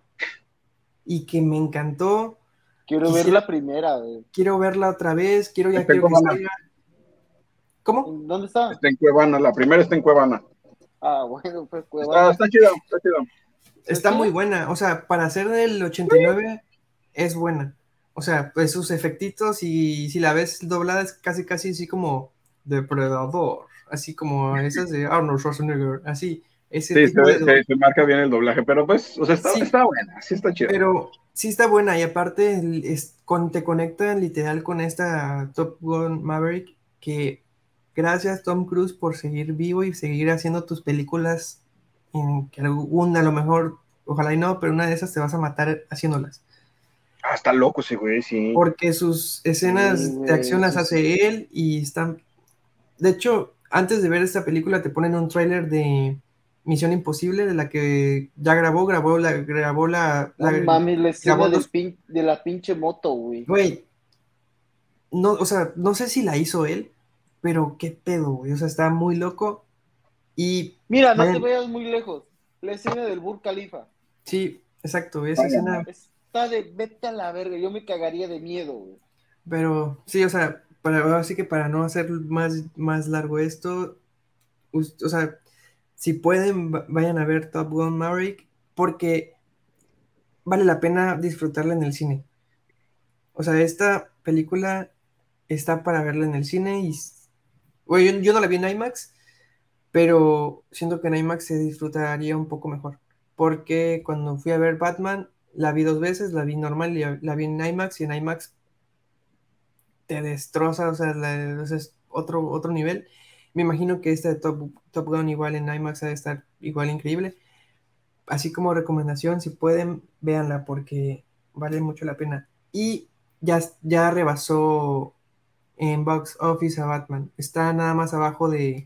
y que me encantó. quiero ver Quisiera, la primera, güey. quiero verla otra vez, quiero, ya Está en quiero que Cuevana. salga. ¿Cómo? ¿En ¿Dónde está? Está en Cuevana. La primera está en Cuevana. Ah, bueno, pues Está, Cuevana. está chido, está chido. ¿Está Está muy chida? buena, o sea, para ser del ochenta y nueve es buena. O sea, pues sus efectitos y si la ves doblada es casi casi así como Depredador, así como esas de Arnold Schwarzenegger, así, ese Sí, se, tipo de ve- se, doble. se marca bien el doblaje, pero pues, o sea, está, Sí, está buena, sí está chido. pero sí está buena y aparte el- es, con, te conecta literal con esta Top Gun Maverick que gracias Tom Cruise por seguir vivo y seguir haciendo tus películas en que alguna a lo mejor, ojalá y no, pero una de esas te vas a matar haciéndolas. Ah, está loco ese güey, sí. Porque sus Sí, escenas de acción güey, las sí, sí. hace él y están... De hecho, antes de ver esta película te ponen un tráiler de Misión Imposible de la que ya grabó, grabó la, grabó la, No la- mames, la grabó escena del dos, pin, de la pinche moto, güey. güey, no, o sea, no sé si la hizo él, pero qué pedo, güey. O sea, está muy loco. Y Mira, no te vayan, vayas muy lejos. La escena del Burj Khalifa. sí, exacto, esa Válgame. escena. Está de vete a la verga. Yo me cagaría de miedo, güey. Pero sí, o sea, para, así que para no hacer más, más largo esto, us- o sea, si pueden, va- vayan a ver Top Gun Maverick, porque vale la pena disfrutarla en el cine. O sea, esta película está para verla en el cine y, s- güey, yo, yo no la vi en IMAX, pero siento que en IMAX se disfrutaría un poco mejor. Porque cuando fui a ver Batman, la vi dos veces, la vi normal y la vi en IMAX y en IMAX te destroza, o sea, la- o sea, es otro, otro nivel. Me imagino que esta de Top, Top Gun igual en IMAX ha de estar igual increíble. Así como recomendación, si pueden, véanla porque vale mucho la pena. Y ya, ya rebasó en box office a Batman. Está nada más abajo de,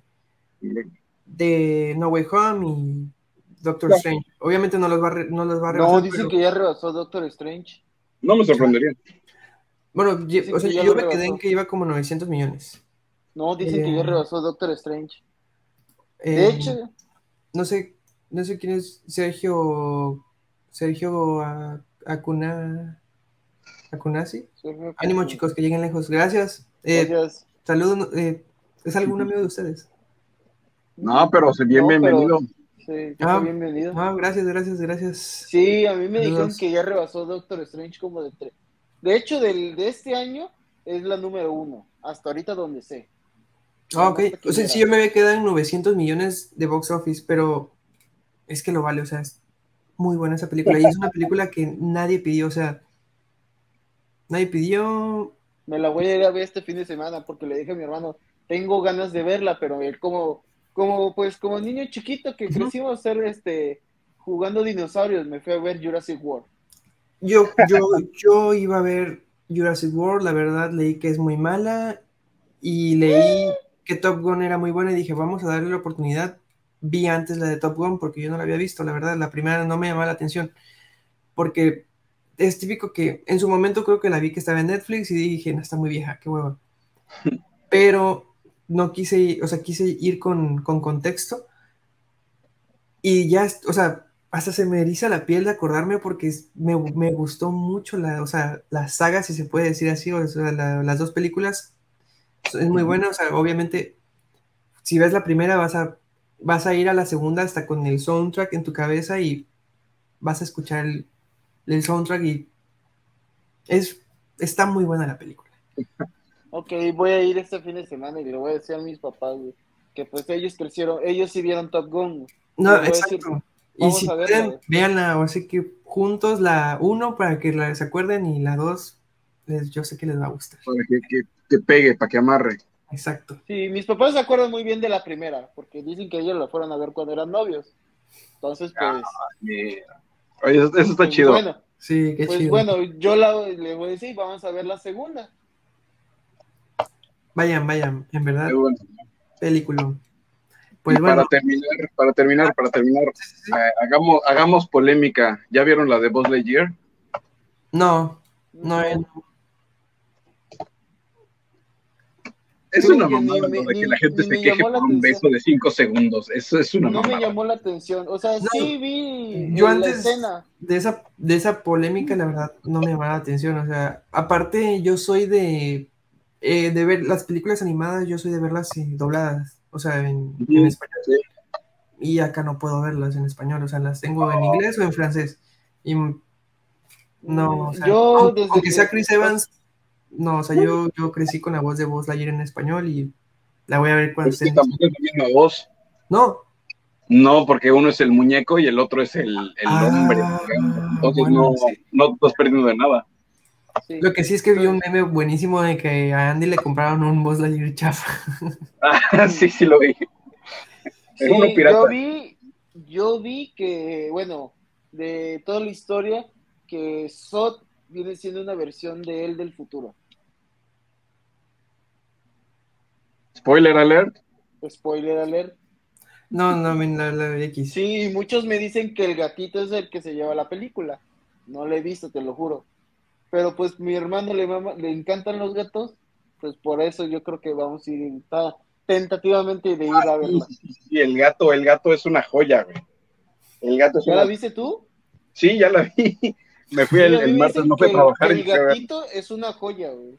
de No Way Home y Doctor No, Strange. Obviamente no los va a, re- no los va a No, rebasar, dicen pero que ya rebasó Doctor Strange. no me sorprendería. bueno, ye- o Dicen sea, que ya yo lo me quedé en rebasó. que iba como novecientos millones. No, dicen que ya Eh, rebasó Doctor Strange. De eh, hecho, no sé, no sé quién es Sergio, Sergio A- Acuna, Acunasi. Sergio Ánimo Cantú. chicos, que lleguen lejos. Gracias. Eh, Gracias. saludos. eh, ¿es algún amigo de ustedes? No, Mm, pero se bien No, pero bienvenido. sí, que fue Ah, bienvenido. ah, gracias, gracias, gracias. Sí, a mí me dijeron Saludos. que ya rebasó Doctor Strange como de tres. De hecho, del, de este año es la número uno, hasta ahorita donde sé. Ah, No, ok. no sé O quién sea, sí, era. yo me había quedado en novecientos millones de box office, pero es que lo vale, o sea, es muy buena esa película. Y es una película que nadie pidió, o sea, nadie pidió. Me la voy a ir a ver este fin de semana porque le dije a mi hermano, tengo ganas de verla, pero él como, como pues como niño chiquito que Ujú. crecimos ser este jugando dinosaurios, me fui a ver Jurassic World. Yo, yo, yo iba a ver Jurassic World, la verdad leí que es muy mala y leí que Top Gun era muy buena y dije, vamos a darle la oportunidad. Vi antes la de Top Gun porque yo no la había visto, la verdad, la primera no me llamaba la atención, porque es típico que en su momento creo que la vi que estaba en Netflix y dije, no, está muy vieja, qué hueva. Pero no quise, ir- o sea, quise ir con, con contexto y ya, o sea, hasta se me eriza la piel de acordarme porque es- me, me gustó mucho la, o sea, la saga, si se puede decir así, o sea, la- las dos películas es muy Ujú. buena, o sea, obviamente, si ves la primera vas a, vas a ir a la segunda hasta con el soundtrack en tu cabeza y vas a escuchar el, el soundtrack y es, está muy buena la película. Ok, voy a ir este fin de semana y le voy a decir a mis papás, güey, que pues ellos crecieron, ellos sí vieron Top Gun, güey. Y No, les voy a decir, exacto. Y vamos si a verla, pueden, güey. véanla, o así que juntos la uno para que la, se acuerden y la dos, les- yo sé que les va a gustar. Para que, que, que pegue, para que amarre. Exacto. Sí, mis papás se acuerdan muy bien de la primera, porque dicen que ellos la fueron a ver cuando eran novios. Entonces, pues, Yeah. Oye, eso, eso está pues chido. bueno, Sí, qué pues chido. bueno, yo la, le voy a decir, vamos a ver la segunda. Vayan, vayan, en Qué verdad, bueno. película. Y Pues bueno, para terminar, para terminar, para terminar, sí, sí, sí. eh, hagamos, hagamos polémica. ¿Ya vieron la de Buzz Lightyear? No, no, eh, No, no. Es Tú, una fíjate que ni mamada lo me, de que ni, la gente ni se me queje llamó la por un atención. beso de cinco segundos. Eso es una No me mamada. llamó la atención. O sea, no, sí vi yo en la antes escena. de esa, de esa polémica, la verdad, no me llamaba la atención. O sea, aparte, yo soy de, eh, de ver las películas animadas, yo soy de verlas eh, dobladas, o sea, en, en Ujú. español. Sí. Y acá no puedo verlas en español, o sea, las tengo en inglés o en francés. Y no, Mm, o sea, Yo aunque, desde aunque sea que, Chris o Evans, no, o sea, yo, yo crecí con la voz de Buzz Lightyear en español y la voy a ver cuando Pero es esté que en tampoco es español. la misma voz. No. No, porque uno es el muñeco y el otro es el, el hombre, Ah, digamos. Entonces bueno, no, sí. no estás perdiendo de nada. sí. Lo que sí es que vi un Entonces, meme buenísimo de que a Andy le compraron un Buzz Lightyear chafa. Ah, sí, sí lo vi. Es uno sí, pirata. yo vi, yo vi que, bueno, de toda la historia, que Sot viene siendo una versión de él del futuro. Spoiler alert. Spoiler alert. No, no, men, la, la X. Sí, muchos me dicen que el gatito es el que se lleva la película. No lo he visto, te lo juro. Pero pues mi hermano le, mama- le encantan los gatos, pues por eso yo creo que vamos a ir ta- tentativamente de ir a Sí, verla. sí, sí, sí, el gato, el gato es una joya, güey. El gato es ¿Ya la una. viste tú? Sí, ya la vi. Me fui Sí, el, a mí el me martes, dicen no fui a que el, que trabajar y el me fui a ver gatito es una joya, güey.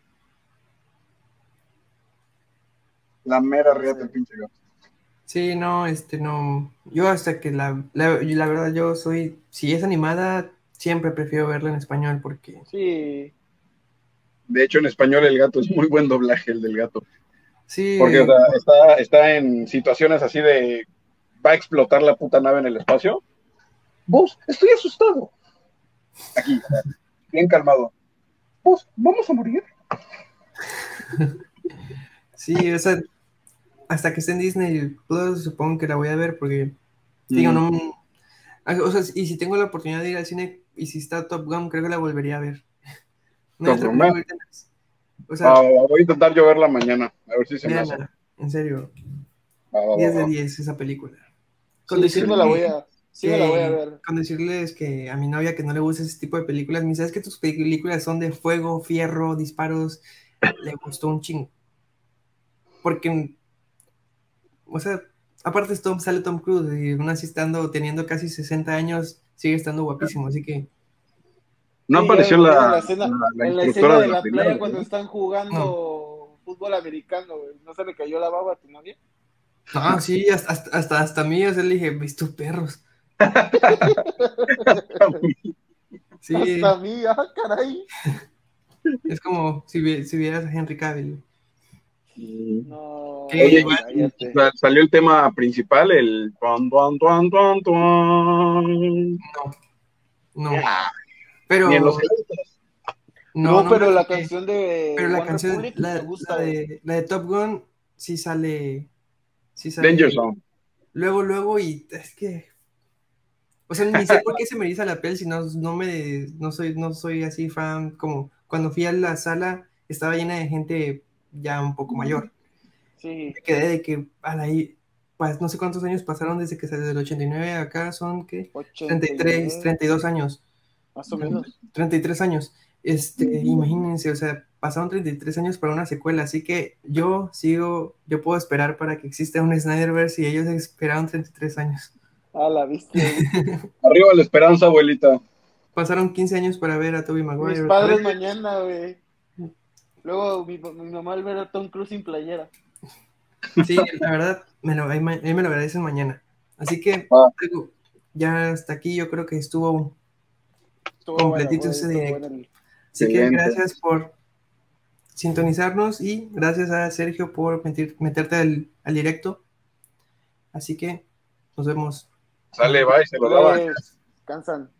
la mera No reata sé. el pinche gato. Sí, no, este, no. Yo hasta que la, la, y la verdad, yo soy, si es animada, siempre prefiero verla en español porque, Sí. De hecho, en español el gato es muy buen doblaje, el del gato. Porque, o sí, sea, está, está en situaciones así de va a explotar la puta nave en el espacio. Vos, estoy asustado. Aquí, bien calmado. Vos, vamos a morir. sí, o sea, hasta que esté en Disney Plus, supongo que la voy a ver porque, digo, Mm. no, o sea, y si tengo la oportunidad de ir al cine y si está Top Gun, creo que la volvería a ver. No hay otra Conforme. película ahorita en Netflix. O sea, Ah, voy a intentar yo verla mañana, a ver si se me hace. véanla, en serio, Va, va, va, diez de va. diez esa película. Con Sí, sí me la voy decirle a, sí me la voy a que, ver. con decirles que a mi novia que no le gusta ese tipo de películas, me dice, ¿sabes que tus películas son de fuego, fierro, disparos? Le gustó un chingo. Porque, o sea, aparte es Tom, sale Tom Cruise y aún así estando, teniendo casi sesenta años, sigue estando guapísimo, así que, No Sí, ya me apareció la, imagino en la la, escena, la en la instructora escena de de la la primera, playa cuando ¿verdad? están no. jugando fútbol americano, güey. ¿No se le cayó la baba a tu novia? No, sí, hasta, hasta, hasta, hasta a mí, o sea, le dije, ¿ves tus perros? Hasta a Sí, mí, ah, caray. es como si, vi- si vieras a Henry Cavill. Mm. Que No, Oye, y, igual, y cállate. sa- salió el tema principal, el tuan, tuan, tuan, tuan, tuan. no, no. Ah, ni en los Pero, créditos. no, No, no me pero la fijé. canción de Pero la One canción, Republic me la, la gusta, güey. de, la de Top Gun, sí sale, sí Danger sale Zone. luego, luego, y es que, o sea, ni sé por qué se me eriza la piel si no, no me, no soy, no soy así fan, como cuando fui a la sala, estaba llena de gente ya un poco mayor. Sí, Me quedé de que, a la, i- pues, no sé cuántos años pasaron desde que salió del ochenta y nueve acá, son, ¿qué? treinta y tres, ochenta y nueve, treinta y dos años. más o menos. treinta y tres años. Este, imagínense, o sea, pasaron treinta y tres años para una secuela, así que yo sigo, yo puedo esperar para que exista un Snyderverse y ellos esperaron treinta y tres años. Ah, la viste, güey. Arriba la esperanza, abuelita. Pasaron quince años para ver a Tobey Mis Maguire otra padres vez. mañana, güey. Luego mi, mi mamá al ver a Tom Cruise sin playera. Sí, la verdad, me lo, ahí, me ahí me lo agradecen mañana. Así que, Ah, digo, ya hasta aquí yo creo que estuvo Estuvo bueno, completito güey, ese estuvo directo. bueno. el- Así que excelente. gracias por sintonizarnos y gracias a Sergio por meter- meterte al, al directo. Así que nos vemos. Sale, bye, se lo lava. Pues, cansan.